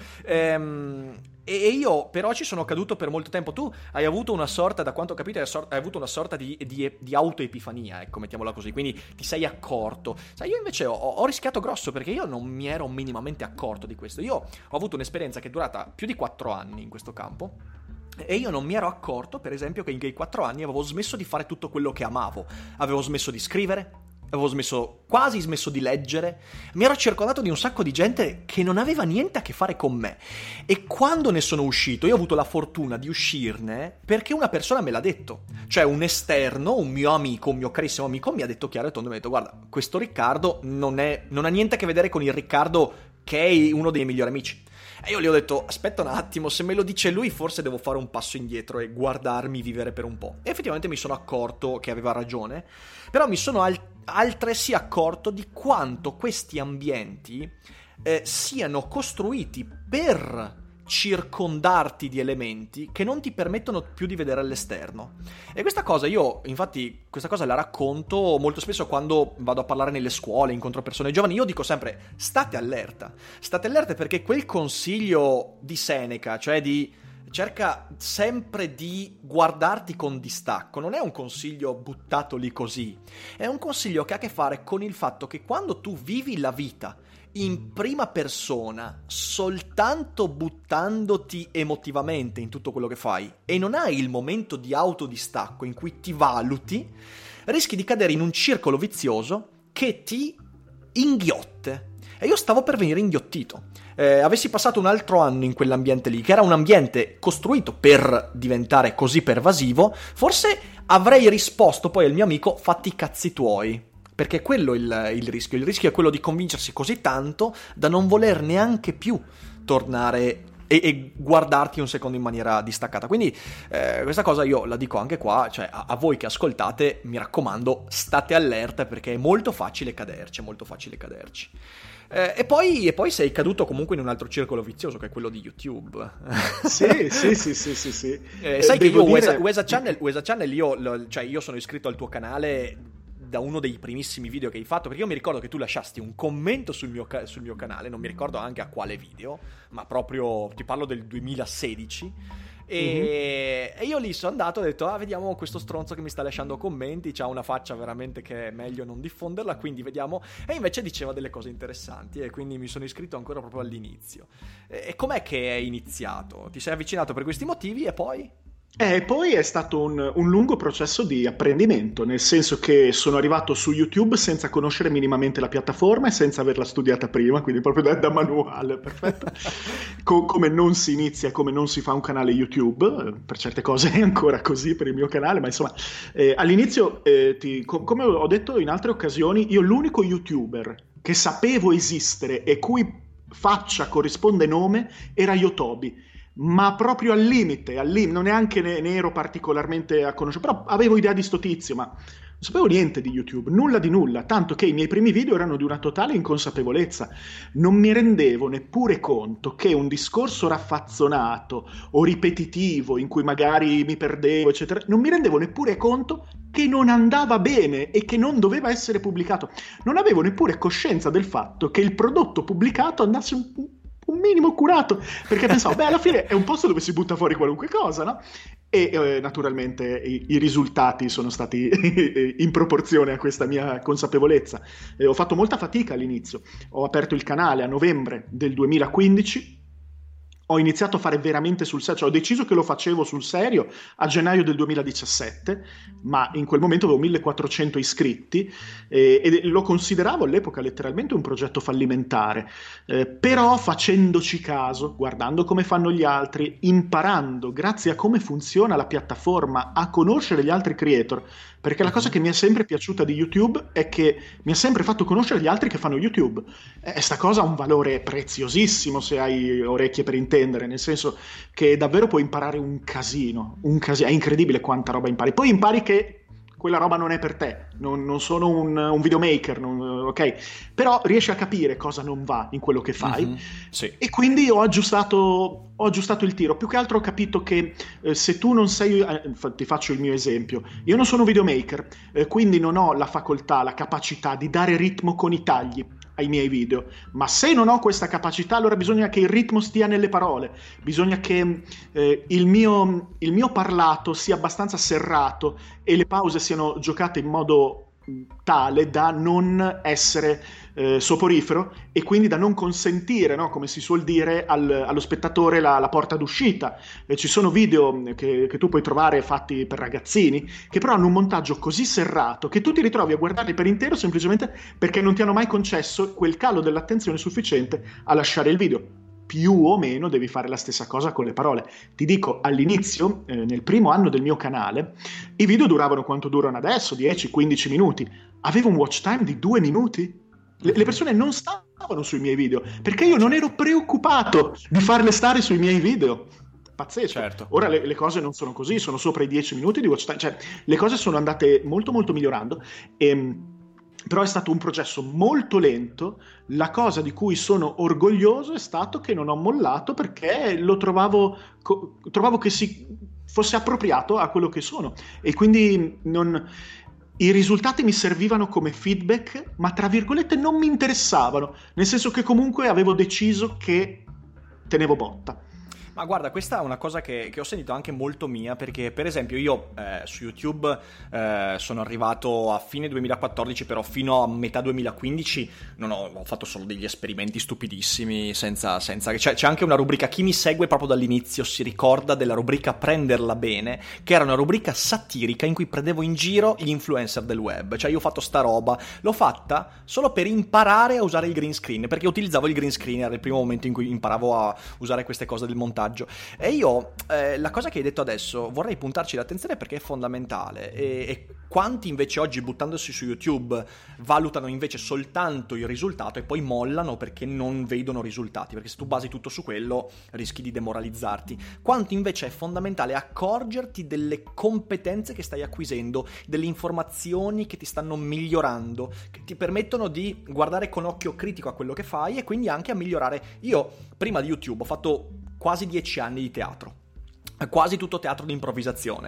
ehm E io però ci sono caduto per molto tempo. Tu hai avuto una sorta, da quanto ho capito, hai, sor- hai avuto una sorta di, di, di autoepifania, ecco, mettiamola così. Quindi ti sei accorto. Sai, io invece ho, ho rischiato grosso, perché io non mi ero minimamente accorto di questo. Io ho avuto un'esperienza che è durata più di quattro anni in questo campo, e io non mi ero accorto, per esempio, che in quei quattro anni avevo smesso di fare tutto quello che amavo. Avevo smesso di scrivere, avevo smesso, quasi smesso di leggere, mi ero circondato di un sacco di gente che non aveva niente a che fare con me, e quando ne sono uscito, io ho avuto la fortuna di uscirne perché una persona me l'ha detto, cioè un esterno, un mio amico, un mio carissimo amico mi ha detto chiaro e tondo, mi ha detto: guarda, questo Riccardo non, è, non ha niente a che vedere con il Riccardo che è uno dei migliori amici. E io gli ho detto: aspetta un attimo, se me lo dice lui forse devo fare un passo indietro e guardarmi vivere per un po'. E effettivamente mi sono accorto che aveva ragione, però mi sono al- altresì accorto di quanto questi ambienti eh, siano costruiti per circondarti di elementi che non ti permettono più di vedere all'esterno. E questa cosa io, infatti, questa cosa la racconto molto spesso quando vado a parlare nelle scuole, incontro persone giovani. Io dico sempre: state allerta, state allerta, perché quel consiglio di Seneca, cioè di cerca sempre di guardarti con distacco, non è un consiglio buttato lì così, è un consiglio che ha a che fare con il fatto che quando tu vivi la vita in prima persona, soltanto buttandoti emotivamente in tutto quello che fai, e non hai il momento di autodistacco in cui ti valuti, rischi di cadere in un circolo vizioso che ti inghiotte. E io stavo per venire inghiottito. Eh, avessi passato un altro anno in quell'ambiente lì, che era un ambiente costruito per diventare così pervasivo, forse avrei risposto poi al mio amico: fatti i cazzi tuoi. Perché quello è il, il rischio. Il rischio è quello di convincersi così tanto da non voler neanche più tornare e, e guardarti un secondo in maniera distaccata. Quindi eh, questa cosa io la dico anche qua, cioè a, a voi che ascoltate, mi raccomando, state allerta, perché è molto facile caderci, è molto facile caderci. Eh, e, poi, e poi sei caduto comunque in un altro circolo vizioso, che è quello di YouTube. Sì, sì, sì, sì, sì, sì. Eh, sai che io, dire... Wesa, Wesa Channel, Wesa Channel io, lo, cioè io sono iscritto al tuo canale da uno dei primissimi video che hai fatto, perché io mi ricordo che tu lasciasti un commento sul mio, ca- sul mio canale, non mi ricordo anche a quale video, ma proprio ti parlo del duemilasedici, E, mm-hmm. e io lì sono andato e ho detto, ah, vediamo questo stronzo che mi sta lasciando commenti, c'ha una faccia veramente che è meglio non diffonderla, quindi vediamo. E invece diceva delle cose interessanti, e quindi mi sono iscritto ancora proprio all'inizio. E, e com'è che è iniziato? Ti sei avvicinato per questi motivi e poi? E poi è stato un, un lungo processo di apprendimento, nel senso che sono arrivato su YouTube senza conoscere minimamente la piattaforma e senza averla studiata prima, quindi proprio da, da manuale, perfetto. Co- come non si inizia, come non si fa un canale YouTube, per certe cose è ancora così per il mio canale, ma insomma, eh, all'inizio, eh, ti, co- come ho detto in altre occasioni, io l'unico YouTuber che sapevo esistere e cui faccia corrisponde nome era Yotobi. Ma proprio al limite, al limite, non neanche ne, ne ero particolarmente a conoscere, però avevo idea di sto tizio, ma non sapevo niente di YouTube, nulla di nulla, tanto che i miei primi video erano di una totale inconsapevolezza. Non mi rendevo neppure conto che un discorso raffazzonato o ripetitivo, in cui magari mi perdevo, eccetera, non mi rendevo neppure conto che non andava bene e che non doveva essere pubblicato. Non avevo neppure coscienza del fatto che il prodotto pubblicato andasse un un minimo curato, perché pensavo, beh, alla fine è un posto dove si butta fuori qualunque cosa, no? E eh, naturalmente i, i risultati sono stati in proporzione a questa mia consapevolezza. E ho fatto molta fatica all'inizio. Ho aperto il canale a novembre del duemilaquindici, ho iniziato a fare veramente sul serio, cioè ho deciso che lo facevo sul serio a gennaio del duemiladiciassette, ma in quel momento avevo millequattrocento iscritti eh, e lo consideravo all'epoca letteralmente un progetto fallimentare, eh, però facendoci caso, guardando come fanno gli altri, imparando grazie a come funziona la piattaforma a conoscere gli altri creator, perché la cosa che mi è sempre piaciuta di YouTube è che mi ha sempre fatto conoscere gli altri che fanno YouTube, e sta cosa ha un valore preziosissimo se hai orecchie per intendere, nel senso che davvero puoi imparare un casino, un casino, è incredibile quanta roba impari. Poi impari che quella roba non è per te, non, non sono un, un videomaker, non, ok? Però riesci a capire cosa non va in quello che fai, mm-hmm, sì. E quindi ho aggiustato, ho aggiustato il tiro. Più che altro ho capito che eh, se tu non sei, eh, ti faccio il mio esempio, io non sono un videomaker, eh, quindi non ho la facoltà, la capacità di dare ritmo con i tagli ai miei video, ma se non ho questa capacità, allora bisogna che il ritmo stia nelle parole, bisogna che eh, il mio, il mio parlato sia abbastanza serrato e le pause siano giocate in modo tale da non essere eh, soporifero e quindi da non consentire, no, come si suol dire, al, allo spettatore la, la porta d'uscita. Eh, ci sono video che, che tu puoi trovare fatti per ragazzini che però hanno un montaggio così serrato che tu ti ritrovi a guardarli per intero semplicemente perché non ti hanno mai concesso quel calo dell'attenzione sufficiente a lasciare il video. Più o meno devi fare la stessa cosa con le parole. Ti dico, all'inizio, eh, nel primo anno del mio canale, i video duravano quanto durano adesso, dieci quindici minuti. Avevo un watch time di due minuti. Le, le persone non stavano sui miei video, perché io non ero preoccupato di farle stare sui miei video. Pazzesco. Certo. Ora le, le cose non sono così, sono sopra i dieci minuti di watch time. Cioè, le cose sono andate molto molto migliorando e... però è stato un processo molto lento. La cosa di cui sono orgoglioso è stato che non ho mollato perché lo trovavo, co- trovavo che si fosse appropriato a quello che sono e quindi non, i risultati mi servivano come feedback, ma tra virgolette non mi interessavano, nel senso che comunque avevo deciso che tenevo botta. Ma guarda, questa è una cosa che, che ho sentito anche molto mia, perché per esempio io eh, su YouTube eh, sono arrivato a fine duemilaquattordici, però fino a metà duemilaquindici non ho, ho fatto solo degli esperimenti stupidissimi, senza... senza c'è, c'è anche una rubrica, chi mi segue proprio dall'inizio si ricorda della rubrica Prenderla Bene, che era una rubrica satirica in cui prendevo in giro gli influencer del web, cioè io ho fatto sta roba, l'ho fatta solo per imparare a usare il green screen, perché utilizzavo il green screen, era il primo momento in cui imparavo a usare queste cose del montaggio. E io, eh, la cosa che hai detto adesso, vorrei puntarci l'attenzione perché è fondamentale. E, e quanti invece oggi, buttandosi su YouTube, valutano invece soltanto il risultato e poi mollano perché non vedono risultati, perché se tu basi tutto su quello rischi di demoralizzarti. Quanto invece è fondamentale accorgerti delle competenze che stai acquisendo, delle informazioni che ti stanno migliorando, che ti permettono di guardare con occhio critico a quello che fai e quindi anche a migliorare. Io prima di YouTube ho fatto quasi dieci anni di teatro, quasi tutto teatro di improvvisazione,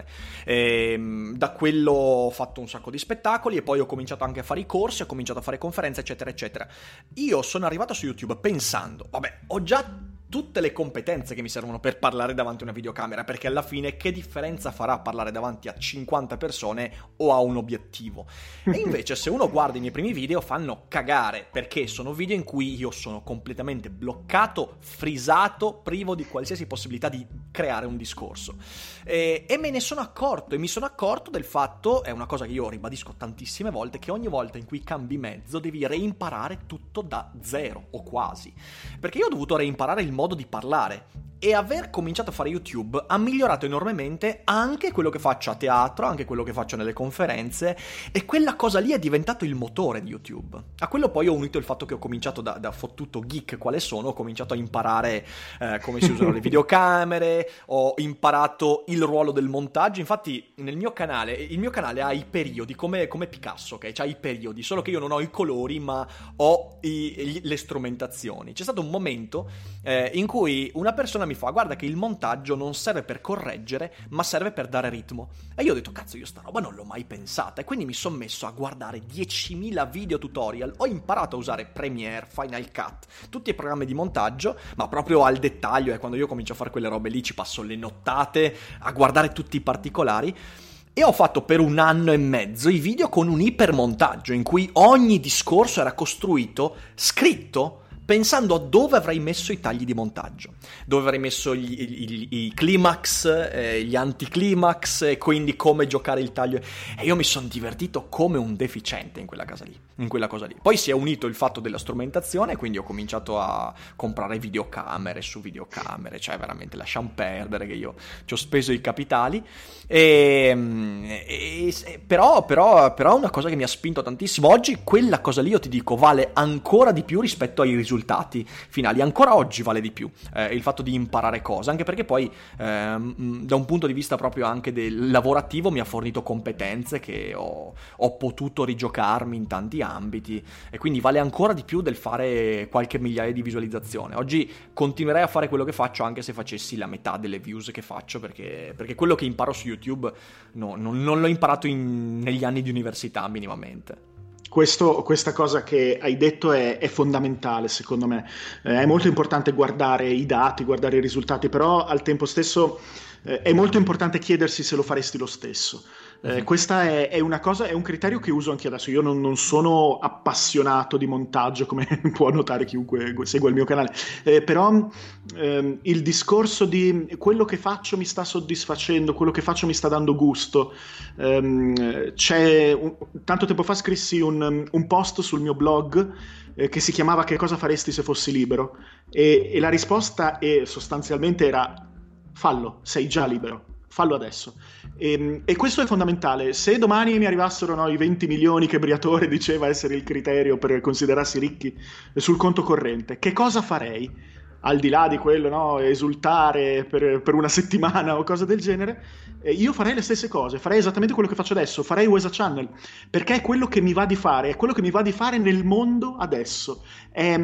e da quello ho fatto un sacco di spettacoli e poi ho cominciato anche a fare i corsi, ho cominciato a fare conferenze eccetera eccetera. Io sono arrivato su YouTube pensando, vabbè, ho già tutte le competenze che mi servono per parlare davanti a una videocamera, perché alla fine che differenza farà parlare davanti a cinquanta persone o a un obiettivo? E invece se uno guarda i miei primi video fanno cagare, perché sono video in cui io sono completamente bloccato, frisato, privo di qualsiasi possibilità di creare un discorso. E, e me ne sono accorto, e mi sono accorto del fatto, è una cosa che io ribadisco tantissime volte, che ogni volta in cui cambi mezzo devi reimparare tutto da zero, o quasi. Perché io ho dovuto reimparare il modo di parlare, e aver cominciato a fare YouTube ha migliorato enormemente anche quello che faccio a teatro, anche quello che faccio nelle conferenze, e quella cosa lì è diventato il motore di YouTube. A quello poi ho unito il fatto che ho cominciato da, da fottuto geek quale sono, ho cominciato a imparare eh, come si usano le videocamere, ho imparato il ruolo del montaggio. Infatti nel mio canale, il mio canale ha i periodi come, come Picasso, ok? C'ha i periodi, solo che io non ho i colori ma ho i, gli, le strumentazioni. C'è stato un momento eh, in cui una persona mi fa: guarda che il montaggio non serve per correggere ma serve per dare ritmo. E io ho detto: cazzo, io sta roba non l'ho mai pensata. E quindi mi sono messo a guardare diecimila video tutorial, ho imparato a usare Premiere, Final Cut, tutti i programmi di montaggio, ma proprio al dettaglio. E quando io comincio a fare quelle robe lì ci passo le nottate a guardare tutti i particolari. E ho fatto per un anno e mezzo i video con un ipermontaggio in cui ogni discorso era costruito, scritto, pensando a dove avrei messo i tagli di montaggio, dove avrei messo gli, gli, i climax, eh, gli anticlimax, e quindi come giocare il taglio. E io mi sono divertito come un deficiente in quella casa lì, in quella cosa lì. Poi si è unito il fatto della strumentazione, quindi ho cominciato a comprare videocamere su videocamere, cioè veramente lasciamo perdere che io ci ho speso i capitali. E, e, però, però, però è una cosa che mi ha spinto tantissimo. Oggi quella cosa lì, io ti dico, vale ancora di più rispetto ai risultati finali. Ancora oggi vale di più eh, il fatto di imparare cose, anche perché poi ehm, da un punto di vista proprio anche del lavorativo mi ha fornito competenze che ho, ho potuto rigiocarmi in tanti ambiti, e quindi vale ancora di più del fare qualche migliaia di visualizzazioni. Oggi continuerei a fare quello che faccio anche se facessi la metà delle views che faccio, perché, perché quello che imparo su YouTube no, non, non l'ho imparato in, negli anni di università minimamente. Questo, questa cosa che hai detto è, è fondamentale, secondo me. Eh, è molto importante guardare i dati, guardare i risultati, però al tempo stesso eh, è molto importante chiedersi se lo faresti lo stesso. Eh, questa è, è una cosa, è un criterio che uso anche adesso. Io non, non sono appassionato di montaggio, come può notare chiunque segua il mio canale, eh, però ehm, il discorso di quello che faccio mi sta soddisfacendo, quello che faccio mi sta dando gusto. Ehm, c'è un, tanto tempo fa scrissi un, un post sul mio blog eh, che si chiamava "Che cosa faresti se fossi libero?" e, e la risposta è, sostanzialmente era: fallo, sei già libero, fallo adesso. E, e questo è fondamentale. Se domani mi arrivassero no, i venti milioni che Briatore diceva essere il criterio per considerarsi ricchi sul conto corrente, che cosa farei? Al di là di quello, no, esultare per, per una settimana o cose del genere, eh, io farei le stesse cose, farei esattamente quello che faccio adesso, farei Wesa Channel, perché è quello che mi va di fare, è quello che mi va di fare nel mondo adesso, è,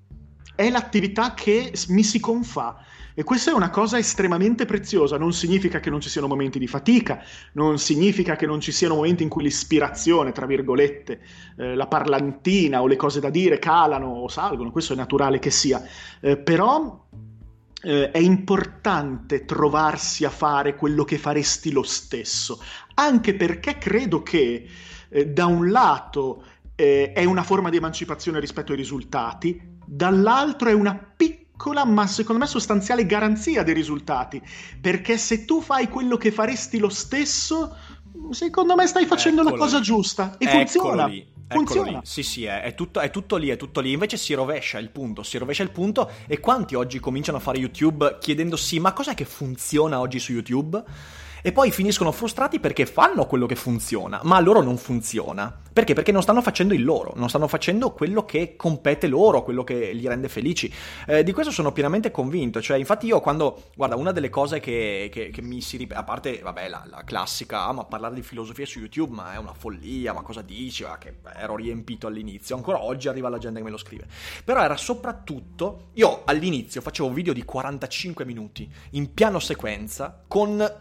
è l'attività che mi si confà. E questa è una cosa estremamente preziosa. Non significa che non ci siano momenti di fatica, non significa che non ci siano momenti in cui l'ispirazione, tra virgolette, eh, la parlantina o le cose da dire calano o salgono, questo è naturale che sia, eh, però eh, è importante trovarsi a fare quello che faresti lo stesso, anche perché credo che eh, da un lato eh, è una forma di emancipazione rispetto ai risultati, dall'altro è una piccola ma secondo me sostanziale garanzia dei risultati, perché se tu fai quello che faresti lo stesso, secondo me stai facendo Eccolo la cosa lì. giusta e Eccolo funziona. Lì. Funziona. Lì. Sì, sì, è, è, tutto, è tutto lì, è tutto lì. Invece si rovescia il punto, si rovescia il punto. E quanti oggi cominciano a fare YouTube chiedendosi: ma cos'è che funziona oggi su YouTube? E poi finiscono frustrati perché fanno quello che funziona, ma a loro non funziona. Perché? Perché non stanno facendo il loro, non stanno facendo quello che compete loro, quello che li rende felici. Eh, di questo sono pienamente convinto. Cioè, infatti io quando, guarda, una delle cose che, che, che mi si ripete, a parte, vabbè, la, la classica, ah, ma parlare di filosofia su YouTube, ma è una follia, ma cosa dici? Ma che ero riempito all'inizio, ancora oggi arriva la gente che me lo scrive. Però era soprattutto, io all'inizio facevo video di quarantacinque minuti, in piano sequenza, con dei video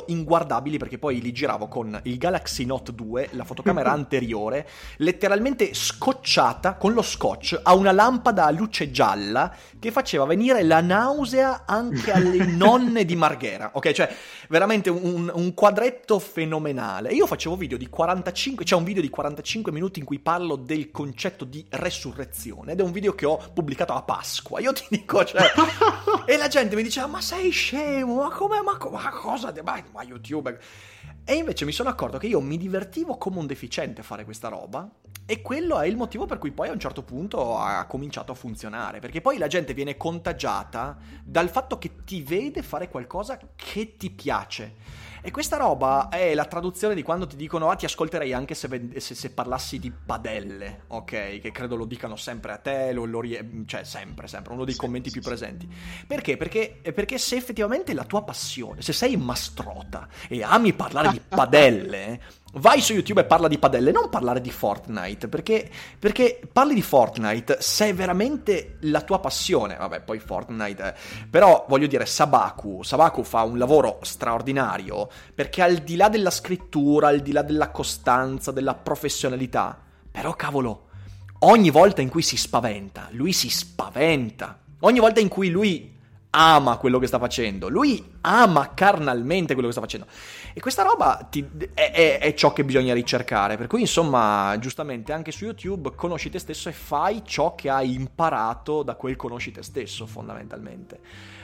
video inguardabili, perché poi li giravo con il Galaxy Note due, la fotocamera anteriore, letteralmente scotchata con lo scotch a una lampada a luce gialla che faceva venire la nausea anche alle nonne di Marghera, ok? Cioè, veramente un, un quadretto fenomenale. E io facevo video di quarantacinque, c'è un video di quarantacinque minuti in cui parlo del concetto di resurrezione, ed è un video che ho pubblicato a Pasqua. Io ti dico, cioè... e la gente mi diceva, ma sei scemo, ma come, ma, ma cosa, ma, ma YouTube... E invece mi sono accorto che io mi divertivo come un deficiente a fare questa roba, e quello è il motivo per cui poi a un certo punto ha cominciato a funzionare, perché poi la gente viene contagiata dal fatto che ti vede fare qualcosa che ti piace. E questa roba è la traduzione di quando ti dicono ah ti ascolterei anche se, vend- se, se parlassi di padelle, ok? Che credo lo dicano sempre a te, lo, lo rie- cioè sempre, sempre, uno dei sì, commenti sì, più sì. presenti. Perché? Perché? Perché se effettivamente la tua passione, se sei mastrota e ami parlare di padelle, vai su YouTube e parla di padelle, non parlare di Fortnite, perché, perché parli di Fortnite se è veramente la tua passione. Vabbè, poi Fortnite è... però voglio dire, Sabaku Sabaku fa un lavoro straordinario, perché al di là della scrittura, al di là della costanza, della professionalità, però cavolo, ogni volta in cui si spaventa, lui si spaventa, ogni volta in cui lui ama quello che sta facendo, lui ama carnalmente quello che sta facendo, e questa roba ti, è, è, è ciò che bisogna ricercare. Per cui insomma, giustamente anche su YouTube conosci te stesso e fai ciò che hai imparato da quel conosci te stesso, fondamentalmente.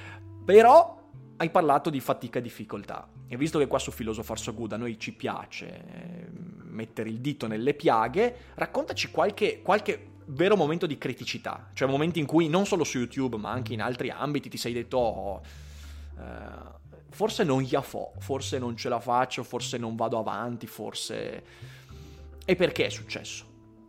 Però hai parlato di fatica e difficoltà, e visto che qua su Philosopher So Good a noi ci piace mettere il dito nelle piaghe, raccontaci qualche, qualche vero momento di criticità, cioè momenti in cui non solo su YouTube ma anche in altri ambiti ti sei detto oh, eh, forse non gli fo, forse non ce la faccio, forse non vado avanti, forse... E perché è successo?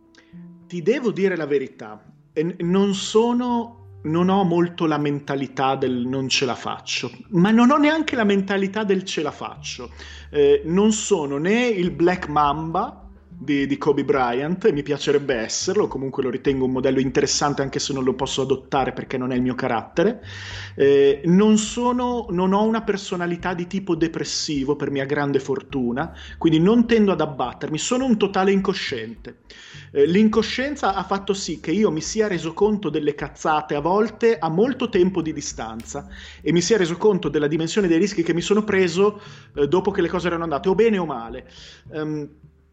Ti devo dire la verità, non sono... non ho molto la mentalità del non ce la faccio, ma non ho neanche la mentalità del ce la faccio. Eh, non sono né il Black Mamba di, di Kobe Bryant, mi piacerebbe esserlo, comunque lo ritengo un modello interessante anche se non lo posso adottare perché non è il mio carattere. Eh, non sono, non ho una personalità di tipo depressivo, per mia grande fortuna, quindi non tendo ad abbattermi, sono un totale incosciente. Eh, l'incoscienza ha fatto sì che io mi sia reso conto delle cazzate a volte a molto tempo di distanza, e mi sia reso conto della dimensione dei rischi che mi sono preso eh, dopo che le cose erano andate o bene o male. Um,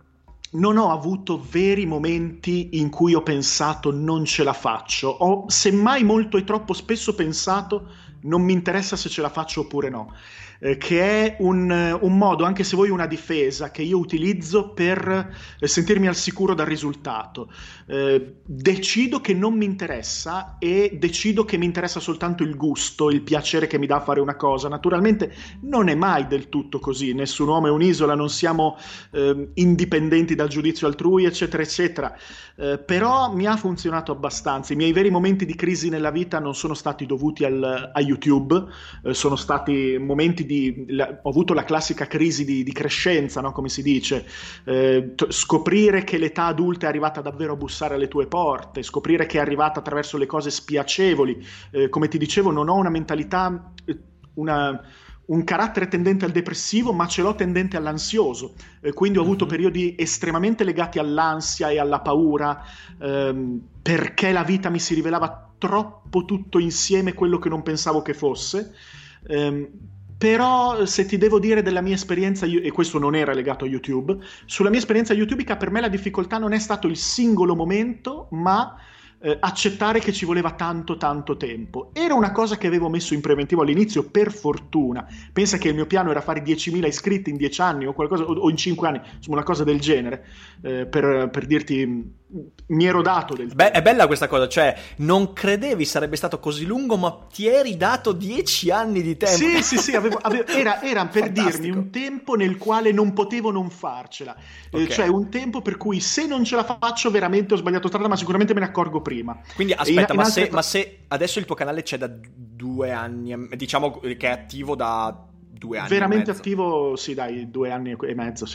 non ho avuto veri momenti in cui ho pensato non ce la faccio, ho semmai molto e troppo spesso pensato non mi interessa se ce la faccio oppure no, eh, che è un, un modo, anche se vuoi una difesa, che io utilizzo per eh, sentirmi al sicuro dal risultato. Eh, decido che non mi interessa e decido che mi interessa soltanto il gusto, il piacere che mi dà fare una cosa. Naturalmente non è mai del tutto così, nessun uomo è un'isola, non siamo eh, indipendenti dal giudizio altrui, eccetera eccetera, eh, però mi ha funzionato abbastanza. I miei veri momenti di crisi nella vita non sono stati dovuti al, a YouTube, eh, sono stati momenti di la, ho avuto la classica crisi di, di crescenza, no? Come si dice, eh, t- scoprire che l'età adulta è arrivata davvero a bussare alle tue porte, scoprire che è arrivata attraverso le cose spiacevoli. Eh, come ti dicevo, non ho una mentalità, una un carattere tendente al depressivo, ma ce l'ho tendente all'ansioso, eh, quindi ho avuto mm-hmm. periodi estremamente legati all'ansia e alla paura, ehm, perché la vita mi si rivelava troppo tutto insieme quello che non pensavo che fosse. ehm, Però se ti devo dire della mia esperienza, e questo non era legato a YouTube, sulla mia esperienza YouTubica, per me la difficoltà non è stato il singolo momento, ma eh, accettare che ci voleva tanto tanto tempo. Era una cosa che avevo messo in preventivo all'inizio, per fortuna. Pensa che il mio piano era fare diecimila iscritti in dieci anni o qualcosa, o in cinque anni, insomma una cosa del genere, eh, per, per dirti, mi ero dato del Beh, è bella questa cosa, cioè non credevi sarebbe stato così lungo, ma ti eri dato dieci anni di tempo. Sì, sì, sì, avevo, avevo, era, era per Fantastico. dirmi un tempo nel quale non potevo non farcela, okay. eh, cioè un tempo per cui se non ce la faccio veramente ho sbagliato strada, ma sicuramente me ne accorgo prima. Quindi aspetta, in, ma, in se, altre... ma se adesso il tuo canale c'è da due anni, diciamo che è attivo da due anni veramente e mezzo. Attivo, sì dai, due anni e mezzo, sì.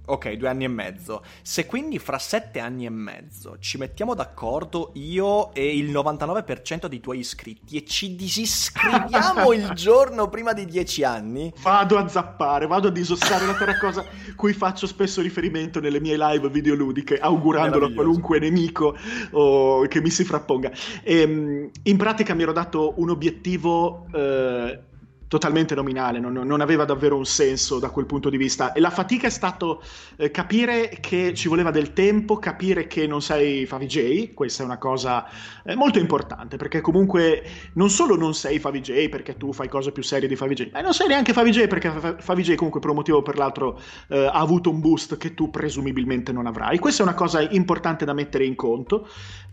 Ok, due anni e mezzo. Se quindi fra sette anni e mezzo ci mettiamo d'accordo io e il novantanove per cento dei tuoi iscritti e ci disiscriviamo il giorno prima di dieci anni... Vado a zappare, vado a disossare la terra, cosa cui faccio spesso riferimento nelle mie live videoludiche, augurandolo a qualunque nemico o che mi si frapponga. E, in pratica mi ero dato un obiettivo... Eh, totalmente nominale, non, non aveva davvero un senso da quel punto di vista, e la fatica è stato eh, capire che ci voleva del tempo, capire che non sei Favij J, questa è una cosa eh, molto importante, perché comunque non solo non sei Favij J perché tu fai cose più serie di Favij J, ma non sei neanche Favij J perché Favij J comunque per un motivo o per l'altro eh, ha avuto un boost che tu presumibilmente non avrai. Questa è una cosa importante da mettere in conto,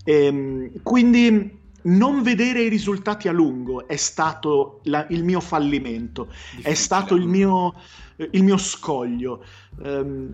e, quindi non vedere i risultati a lungo è stato la, il mio fallimento, difficile. È stato il mio, il mio scoglio, um,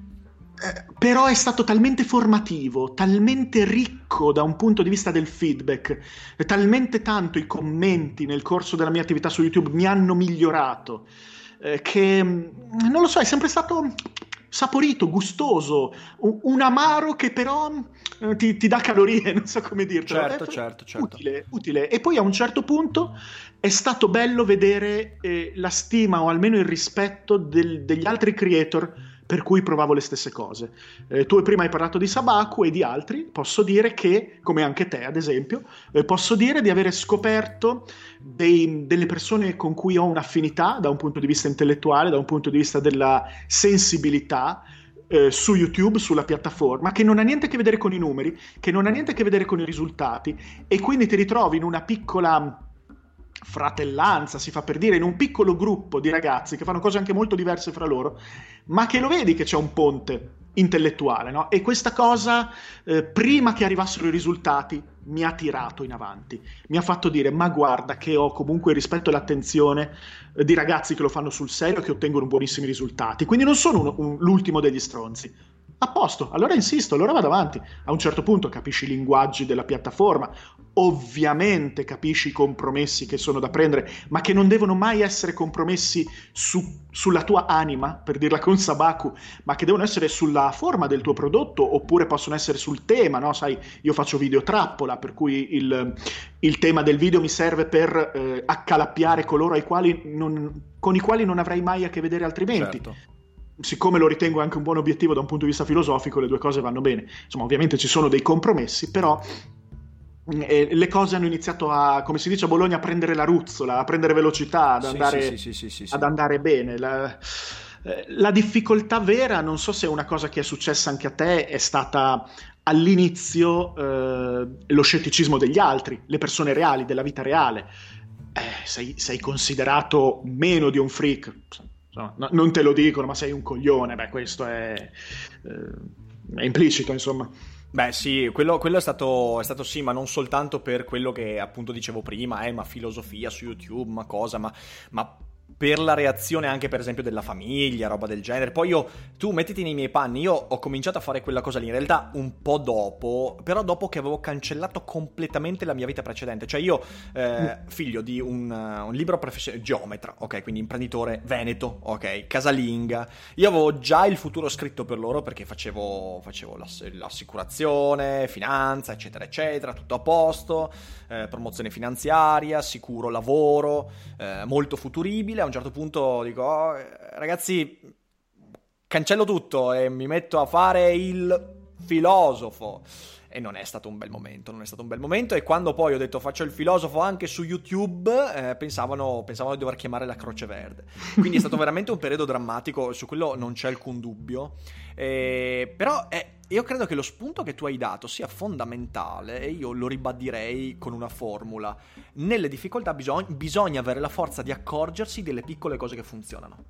eh, però è stato talmente formativo, talmente ricco da un punto di vista del feedback, talmente tanto i commenti nel corso della mia attività su YouTube mi hanno migliorato, eh, che non lo so, è sempre stato saporito, gustoso, un, un amaro che però eh, ti, ti dà calorie, non so come dirtelo. Certo, certo, certo. Utile, utile. E poi a un certo punto è stato bello vedere eh, la stima o almeno il rispetto del, degli altri creator per cui provavo le stesse cose. Eh, tu prima hai parlato di Sabaku e di altri, posso dire che, come anche te ad esempio, eh, posso dire di avere scoperto dei, delle persone con cui ho un'affinità da un punto di vista intellettuale, da un punto di vista della sensibilità, eh, su YouTube, sulla piattaforma, che non ha niente a che vedere con i numeri, che non ha niente a che vedere con i risultati, e quindi ti ritrovi in una piccola fratellanza, si fa per dire, in un piccolo gruppo di ragazzi che fanno cose anche molto diverse fra loro, ma che lo vedi che c'è un ponte intellettuale, no? E questa cosa, eh, prima che arrivassero i risultati, mi ha tirato in avanti, mi ha fatto dire: ma guarda che ho comunque il rispetto e l'attenzione eh, di ragazzi che lo fanno sul serio e che ottengono buonissimi risultati, quindi non sono un, un, l'ultimo degli stronzi. A posto, allora insisto, allora vado avanti. A un certo punto capisci i linguaggi della piattaforma, ovviamente capisci i compromessi che sono da prendere, ma che non devono mai essere compromessi su, sulla tua anima, per dirla con Sabaku, ma che devono essere sulla forma del tuo prodotto, oppure possono essere sul tema, no? Sai, io faccio video trappola, per cui il, il tema del video mi serve per eh, accalappiare coloro ai quali non, con i quali non avrei mai a che vedere altrimenti. Certo. Siccome lo ritengo anche un buon obiettivo da un punto di vista filosofico, le due cose vanno bene. Insomma, ovviamente ci sono dei compromessi, però eh, le cose hanno iniziato a, come si dice a Bologna, a prendere la ruzzola, a prendere velocità, ad andare, sì, sì, sì, sì, sì, ad andare bene. La, eh, la difficoltà vera, non so se è una cosa che è successa anche a te, è stata all'inizio eh, lo scetticismo degli altri, le persone reali, della vita reale. Eh, sei, sei considerato meno di un freak. No, non te lo dicono, ma sei un coglione. Beh, questo è, eh, è implicito, insomma. Beh sì, quello, quello è stato, è stato sì, ma non soltanto per quello che appunto dicevo prima, eh, ma filosofia su YouTube, ma cosa, ma, ma per la reazione anche per esempio della famiglia, roba del genere. Poi io, tu mettiti nei miei panni, io ho cominciato a fare quella cosa lì in realtà un po' dopo, però dopo che avevo cancellato completamente la mia vita precedente. Cioè io, eh, figlio di un, uh, un libero professionista, geometra, ok, quindi imprenditore veneto, ok, casalinga, io avevo già il futuro scritto per loro perché facevo, facevo l'ass- l'assicurazione, finanza, eccetera eccetera, tutto a posto, eh, promozione finanziaria, sicuro lavoro, eh, molto futuribile. A un certo punto dico: oh, ragazzi, cancello tutto e mi metto a fare il filosofo. E non è stato un bel momento, non è stato un bel momento. E quando poi ho detto faccio il filosofo anche su YouTube, eh, pensavano, pensavano di dover chiamare la Croce Verde. Quindi è stato veramente un periodo drammatico, su quello non c'è alcun dubbio. Eh, però eh, io credo che lo spunto che tu hai dato sia fondamentale, e io lo ribadirei con una formula: nelle difficoltà bisog- bisogna avere la forza di accorgersi delle piccole cose che funzionano.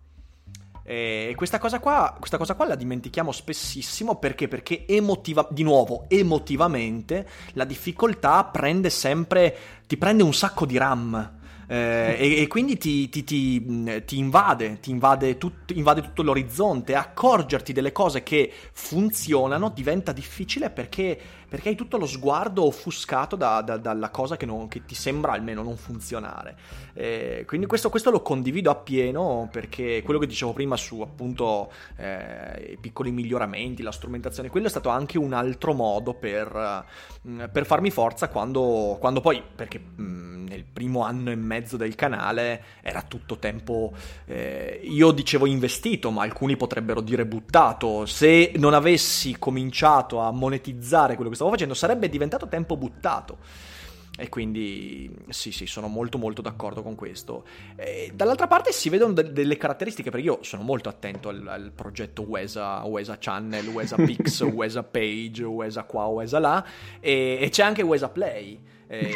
E questa cosa qua, questa cosa qua la dimentichiamo spessissimo, perché perché emotiva, di nuovo emotivamente la difficoltà prende sempre, ti prende un sacco di RAM. eh, e, e quindi ti, ti, ti, ti invade, ti invade, tut, invade tutto l'orizzonte. Accorgerti delle cose che funzionano diventa difficile perché, perché hai tutto lo sguardo offuscato da, da, dalla cosa che, non, che ti sembra almeno non funzionare. Eh, quindi questo, questo lo condivido appieno, perché quello che dicevo prima su appunto eh, i piccoli miglioramenti, la strumentazione, quello è stato anche un altro modo per, per farmi forza quando, quando poi, perché mh, nel primo anno e mezzo del canale era tutto tempo, eh, io dicevo investito, ma alcuni potrebbero dire buttato. Se non avessi cominciato a monetizzare quello che stavo facendo sarebbe diventato tempo buttato. E quindi sì sì sono molto molto d'accordo con questo. E dall'altra parte si vedono de- delle caratteristiche, perché io sono molto attento al, al progetto Wesa, Wesa Channel, Wesa Pix, Wesa Page, Wesa qua, Wesa là, e, e c'è anche Wesa Play. E,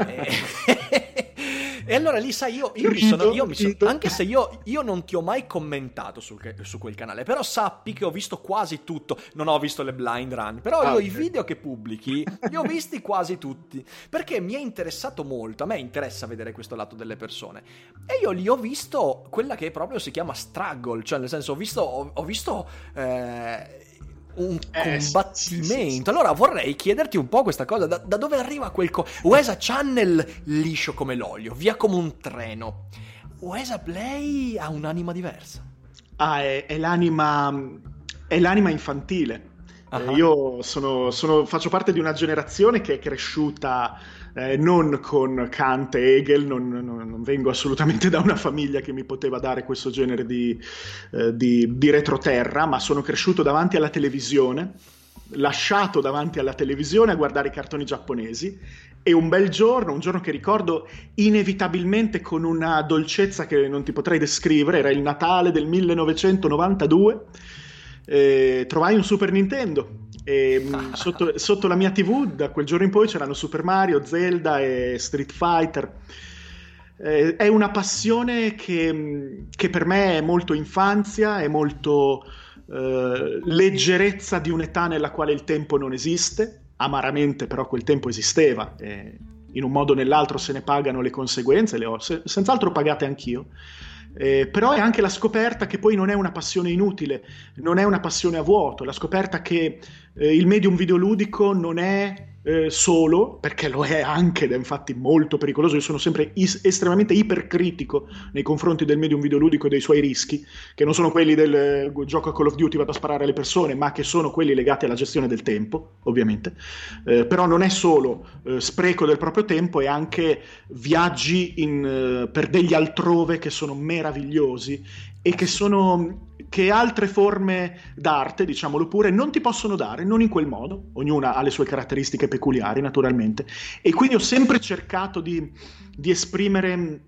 e, e allora lì sai io, io mi sono, io mi sono anche se io, io non ti ho mai commentato sul, su quel canale, però sappi che ho visto quasi tutto. Non ho visto le blind run, però io ah, okay. i video che pubblichi li ho visti quasi tutti, perché mi è interessato molto. A me interessa vedere questo lato delle persone, e io lì ho visto quella che proprio si chiama struggle, cioè nel senso ho visto ho, ho visto eh, un eh, combattimento. Sì, sì, sì. Allora vorrei chiederti un po' questa cosa, da, da dove arriva quel co- Wesa Channel liscio come l'olio, via come un treno. Wesa Play ha un'anima diversa. Ah, è, è l'anima è l'anima infantile. Uh-huh. Eh, io sono, sono faccio parte di una generazione che è cresciuta eh, non con Kant e Hegel, non, non, non vengo assolutamente da una famiglia che mi poteva dare questo genere di, eh, di, di retroterra, ma sono cresciuto davanti alla televisione, lasciato davanti alla televisione a guardare i cartoni giapponesi, e un bel giorno, un giorno che ricordo inevitabilmente con una dolcezza che non ti potrei descrivere, era il Natale del millenovecentonovantadue, eh, trovai un Super Nintendo e sotto, sotto la mia tivù da quel giorno in poi c'erano Super Mario, Zelda e Street Fighter. Eh, è una passione che, che per me è molto infanzia, è molto eh, leggerezza di un'età nella quale il tempo non esiste. Amaramente però quel tempo esisteva, e in un modo o nell'altro se ne pagano le conseguenze, le ho se- senz'altro pagate anch'io. Eh, però è anche la scoperta che poi non è una passione inutile, non è una passione a vuoto, la scoperta che eh, il medium videoludico non è eh, solo, perché lo è anche ed è infatti molto pericoloso. Io sono sempre is- estremamente ipercritico nei confronti del medium videoludico e dei suoi rischi, che non sono quelli del eh, gioco a Call of Duty, vado a sparare alle persone, ma che sono quelli legati alla gestione del tempo, ovviamente. Eh, però non è solo eh, spreco del proprio tempo, è anche viaggi in, eh, per degli altrove che sono meravigliosi e che sono che altre forme d'arte, diciamolo pure, non ti possono dare, non in quel modo. Ognuna ha le sue caratteristiche peculiari, naturalmente, e quindi ho sempre cercato di, di esprimere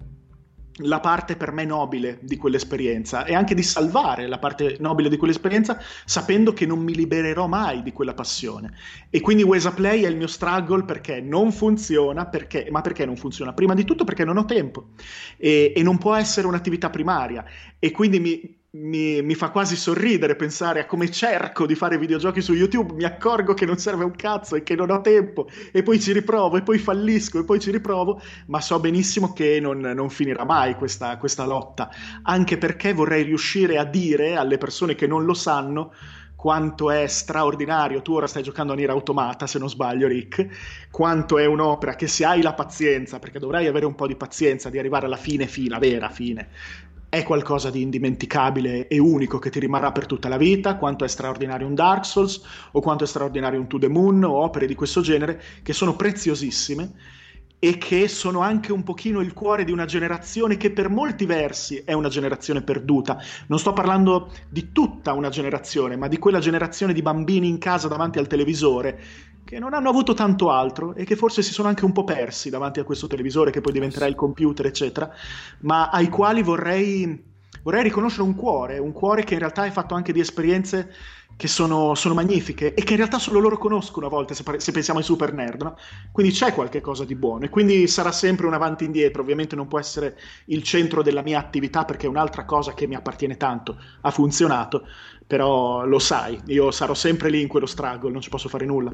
la parte per me nobile di quell'esperienza e anche di salvare la parte nobile di quell'esperienza, sapendo che non mi libererò mai di quella passione. E quindi Wesa Play è il mio struggle, perché non funziona, perché, ma perché non funziona? Prima di tutto perché non ho tempo e, e non può essere un'attività primaria, e quindi mi Mi, mi fa quasi sorridere pensare a come cerco di fare videogiochi su YouTube, mi accorgo che non serve un cazzo e che non ho tempo, e poi ci riprovo e poi fallisco e poi ci riprovo, ma so benissimo che non, non finirà mai questa, questa lotta, anche perché vorrei riuscire a dire alle persone che non lo sanno quanto è straordinario. Tu ora stai giocando a Nier Automata, se non sbaglio, Rick, quanto è un'opera che, se hai la pazienza, perché dovrai avere un po' di pazienza di arrivare alla fine fine, vera fine, è qualcosa di indimenticabile e unico che ti rimarrà per tutta la vita. Quanto è straordinario un Dark Souls, o quanto è straordinario un To The Moon, o opere di questo genere, che sono preziosissime e che sono anche un pochino il cuore di una generazione che per molti versi è una generazione perduta. Non sto parlando di tutta una generazione, ma di quella generazione di bambini in casa davanti al televisore che non hanno avuto tanto altro e che forse si sono anche un po' persi davanti a questo televisore, che poi diventerà il computer, eccetera, ma ai quali vorrei, vorrei riconoscere un cuore, un cuore che in realtà è fatto anche di esperienze che sono, sono magnifiche e che in realtà solo loro conoscono a volte, se, se pensiamo ai super nerd, no? Quindi c'è qualche cosa di buono, e quindi sarà sempre un avanti e indietro. Ovviamente non può essere il centro della mia attività, perché è un'altra cosa che mi appartiene tanto, ha funzionato, però lo sai, io sarò sempre lì in quello struggle, non ci posso fare nulla.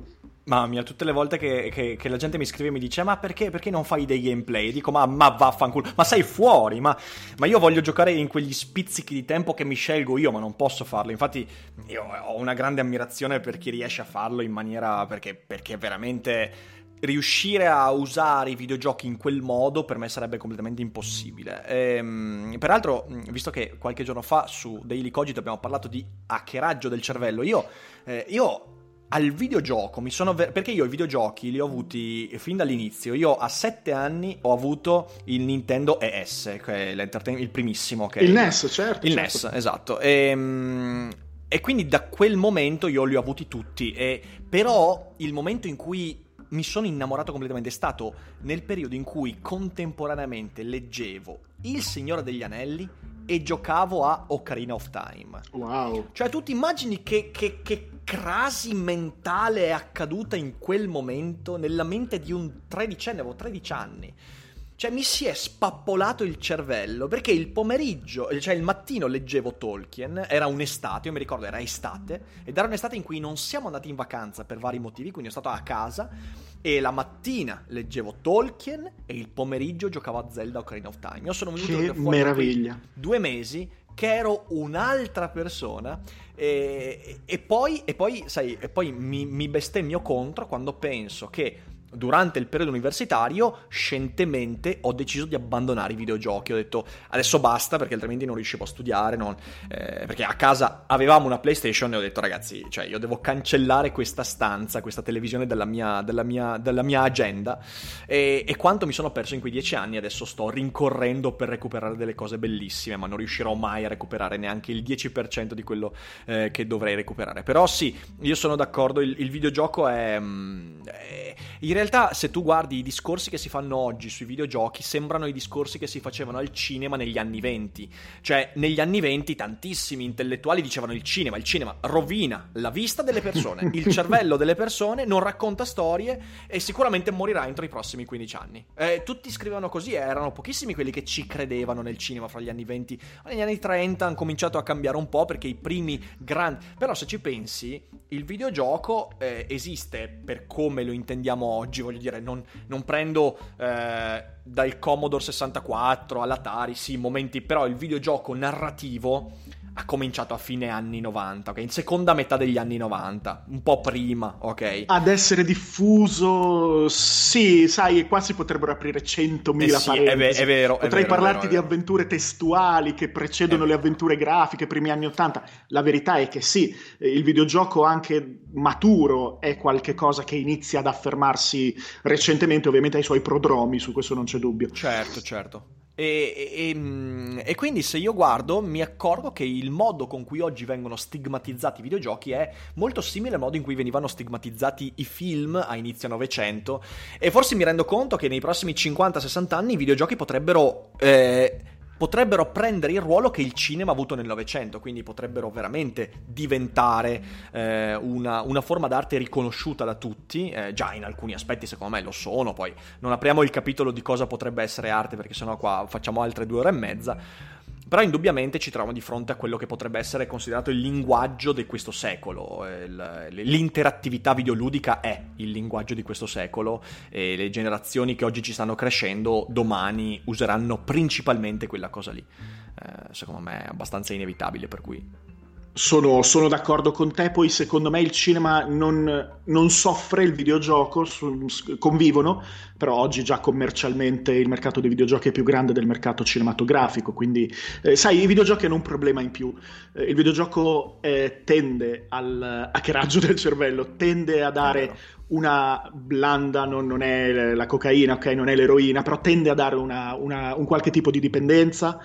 Mamma mia, tutte le volte che, che, che la gente mi scrive e mi dice ma perché, perché non fai dei gameplay? Dico ma, ma vaffanculo, ma sei fuori, ma, ma io voglio giocare in quegli spizzichi di tempo che mi scelgo io, ma non posso farlo. Infatti io ho una grande ammirazione per chi riesce a farlo in maniera, perché, perché veramente riuscire a usare i videogiochi in quel modo per me sarebbe completamente impossibile. Ehm, peraltro, visto che qualche giorno fa su Daily Cogito abbiamo parlato di hackeraggio del cervello, io, eh, io al videogioco mi sono ver- perché io i videogiochi li ho avuti fin dall'inizio. Io a sette anni ho avuto il Nintendo E S, che è l'entertain- il primissimo, che il è N E S, certo, il certo. N E S, esatto. E, e quindi da quel momento io li ho avuti tutti. E però il momento in cui mi sono innamorato completamente è stato nel periodo in cui contemporaneamente leggevo Il Signore degli Anelli e giocavo a Ocarina of Time. Wow. Cioè tu ti immagini che, che, che crasi mentale è accaduta in quel momento nella mente di un tredicenne, avevo tredici anni. Cioè mi si è spappolato il cervello perché il pomeriggio, cioè il mattino leggevo Tolkien, era un'estate, io mi ricordo era estate, ed era un'estate in cui non siamo andati in vacanza per vari motivi, quindi ero stato a casa e la mattina leggevo Tolkien e il pomeriggio giocavo a Zelda Ocarina of Time. Io sono venuto che fuori meraviglia. due mesi che ero un'altra persona e, e poi, e poi sai, e poi mi, mi bestemmio contro quando penso che durante il periodo universitario scientemente ho deciso di abbandonare i videogiochi. Ho detto adesso basta perché altrimenti non riuscivo a studiare, non, eh, perché a casa avevamo una PlayStation e ho detto ragazzi, cioè io devo cancellare questa stanza, questa televisione dalla mia, dalla mia, dalla mia agenda e, e quanto mi sono perso in quei dieci anni. Adesso sto rincorrendo per recuperare delle cose bellissime, ma non riuscirò mai a recuperare neanche il dieci per cento di quello eh, che dovrei recuperare. Però sì, io sono d'accordo, il, il videogioco è, è in realtà se tu guardi i discorsi che si fanno oggi sui videogiochi sembrano i discorsi che si facevano al cinema negli anni venti. Cioè negli anni venti tantissimi intellettuali dicevano il cinema, il cinema rovina la vista delle persone, il cervello delle persone, non racconta storie e sicuramente morirà entro i prossimi quindici anni. Eh, tutti scrivevano così, eh, erano pochissimi quelli che ci credevano nel cinema fra gli anni venti. Negli anni trenta hanno cominciato a cambiare un po' perché i primi grandi... Però se ci pensi, il videogioco eh, esiste per come lo intendiamo oggi, voglio dire, non, non prendo eh, dal Commodore sessantaquattro all'Atari, sì, momenti, però il videogioco narrativo ha cominciato a fine anni novanta, ok? In seconda metà degli anni novanta, un po' prima, ok? Ad essere diffuso, sì, sai, qua si potrebbero aprire centomila eh sì, parentesi. È, è vero, Potrei è vero, parlarti è vero, è di avventure testuali che precedono le avventure grafiche, primi anni ottanta. La verità è che sì, il videogioco anche maturo è qualche cosa che inizia ad affermarsi recentemente, ovviamente ha i suoi prodromi, su questo non c'è dubbio. Certo, certo. E, e, e quindi se io guardo mi accorgo che il modo con cui oggi vengono stigmatizzati i videogiochi è molto simile al modo in cui venivano stigmatizzati i film a inizio Novecento, e forse mi rendo conto che nei prossimi cinquanta sessanta anni i videogiochi potrebbero eh, potrebbero prendere il ruolo che il cinema ha avuto nel Novecento, quindi potrebbero veramente diventare eh, una, una forma d'arte riconosciuta da tutti, eh, già in alcuni aspetti secondo me lo sono, poi non apriamo il capitolo di cosa potrebbe essere arte perché sennò qua facciamo altre due ore e mezza. Però indubbiamente ci troviamo di fronte a quello che potrebbe essere considerato il linguaggio di questo secolo. L'interattività videoludica è il linguaggio di questo secolo e le generazioni che oggi ci stanno crescendo domani useranno principalmente quella cosa lì. Eh, secondo me è abbastanza inevitabile, per cui... Sono, sono d'accordo con te, poi secondo me il cinema non, non soffre, il videogioco su, convivono, però oggi già commercialmente il mercato dei videogiochi è più grande del mercato cinematografico, quindi eh, sai, i videogiochi hanno un problema in più, eh, il videogioco eh, tende al hackeraggio del cervello, tende a dare una blanda, non, non è la cocaina, ok, non è l'eroina, però tende a dare una, una, un qualche tipo di dipendenza.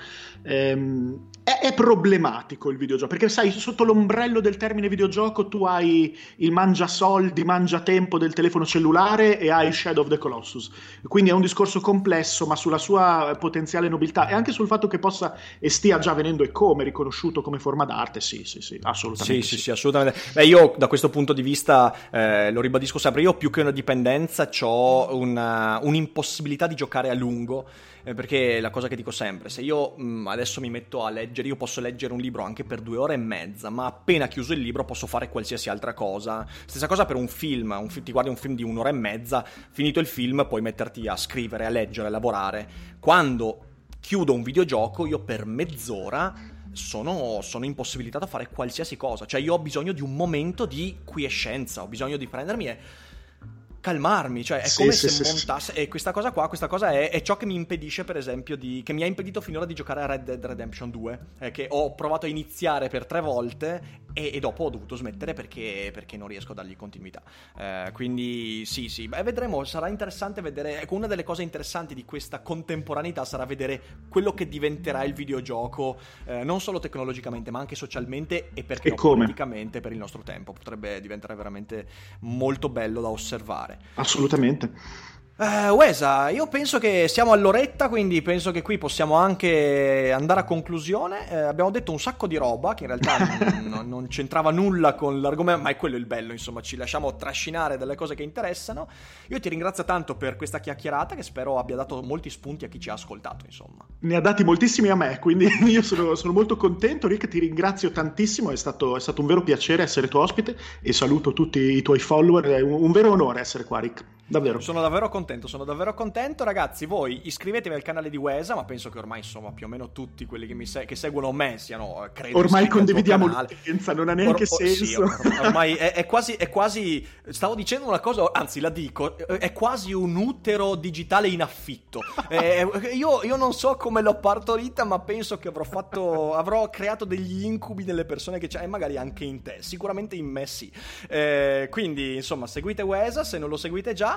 Ehm, è, è problematico il videogioco, perché sai, sotto l'ombrello del termine videogioco tu hai il mangiasoldi, mangiatempo del telefono cellulare e hai Shadow of the Colossus, quindi è un discorso complesso, ma sulla sua potenziale nobiltà e anche sul fatto che possa e stia già venendo e come riconosciuto come forma d'arte, sì, sì, sì, assolutamente sì, sì, sì, sì, assolutamente. Beh, io da questo punto di vista eh, lo ribadisco sempre, sempre, io più che una dipendenza ho una, un'impossibilità di giocare a lungo, eh, perché la cosa che dico sempre, se io mh, adesso mi metto a leggere, io posso leggere un libro anche per due ore e mezza, ma appena chiuso il libro posso fare qualsiasi altra cosa. Stessa cosa per un film, un fi- ti guardi un film di un'ora e mezza, finito il film puoi metterti a scrivere, a leggere, a lavorare. Quando chiudo un videogioco, io per mezz'ora sono, sono impossibilitato a fare qualsiasi cosa. Cioè io ho bisogno di un momento di quiescenza, ho bisogno di prendermi e calmarmi, cioè è sì, come sì, se sì, montasse, e questa cosa qua, questa cosa è, è ciò che mi impedisce, per esempio, di, che mi ha impedito finora di giocare a Red Dead Redemption due, eh, che ho provato a iniziare per tre volte e, e dopo ho dovuto smettere perché, perché non riesco a dargli continuità, eh, quindi sì sì, beh, vedremo, sarà interessante vedere, ecco, una delle cose interessanti di questa contemporaneità sarà vedere quello che diventerà il videogioco, eh, non solo tecnologicamente ma anche socialmente e perché E no, come? politicamente per il nostro tempo, potrebbe diventare veramente molto bello da osservare. Assolutamente. Uh, Wesa, io penso che siamo all'oretta, quindi penso che qui possiamo anche andare a conclusione. Uh, abbiamo detto un sacco di roba che in realtà non, non c'entrava nulla con l'argomento, ma è quello il bello, insomma, ci lasciamo trascinare dalle cose che interessano. Io ti ringrazio tanto per questa chiacchierata che spero abbia dato molti spunti a chi ci ha ascoltato, insomma. Ne ha dati moltissimi a me, quindi io sono, sono molto contento. Rick, ti ringrazio tantissimo, è stato, è stato un vero piacere essere tuo ospite e saluto tutti i tuoi follower, è un, un vero onore essere qua, Rick. Davvero. Sono davvero contento, sono davvero contento, ragazzi. Voi iscrivetevi al canale di Wesa, ma penso che ormai, insomma, più o meno tutti quelli che, mi se- che seguono me siano, credo, ormai condividiamo l'utenza, non ha neanche or- or- senso. Sì, or- ormai è, è quasi è quasi stavo dicendo una cosa, anzi la dico, è quasi un utero digitale in affitto. eh, io, io non so come l'ho partorita, ma penso che avrò fatto avrò creato degli incubi nelle persone che c'è, e magari anche in te, sicuramente in me sì. Eh, quindi insomma, seguite Wesa se non lo seguite già,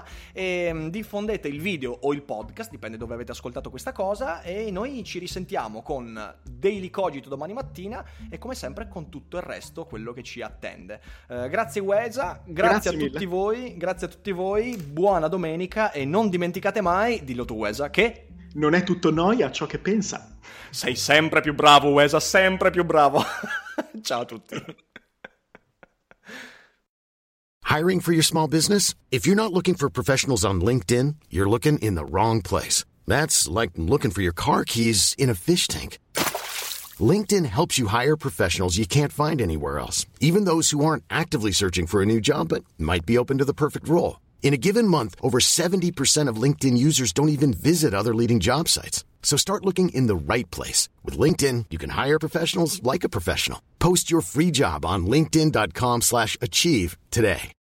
e diffondete il video o il podcast, dipende dove avete ascoltato questa cosa, e noi ci risentiamo con Daily Cogito domani mattina e come sempre con tutto il resto, quello che ci attende. Uh, grazie Wesa, grazie, grazie a mille. tutti voi, grazie a tutti voi, buona domenica e non dimenticate mai, dillo tu Wesa, che non è tutto noia ciò che pensa. Sei sempre più bravo Wesa, sempre più bravo. Ciao a tutti. Hiring for your small business? If you're not looking for professionals on LinkedIn, you're looking in the wrong place. That's like looking for your car keys in a fish tank. LinkedIn helps you hire professionals you can't find anywhere else, even those who aren't actively searching for a new job but might be open to the perfect role. In a given month, over seventy percent of LinkedIn users don't even visit other leading job sites. So start looking in the right place. With LinkedIn, you can hire professionals like a professional. Post your free job on linkedin dot com slash achieve today.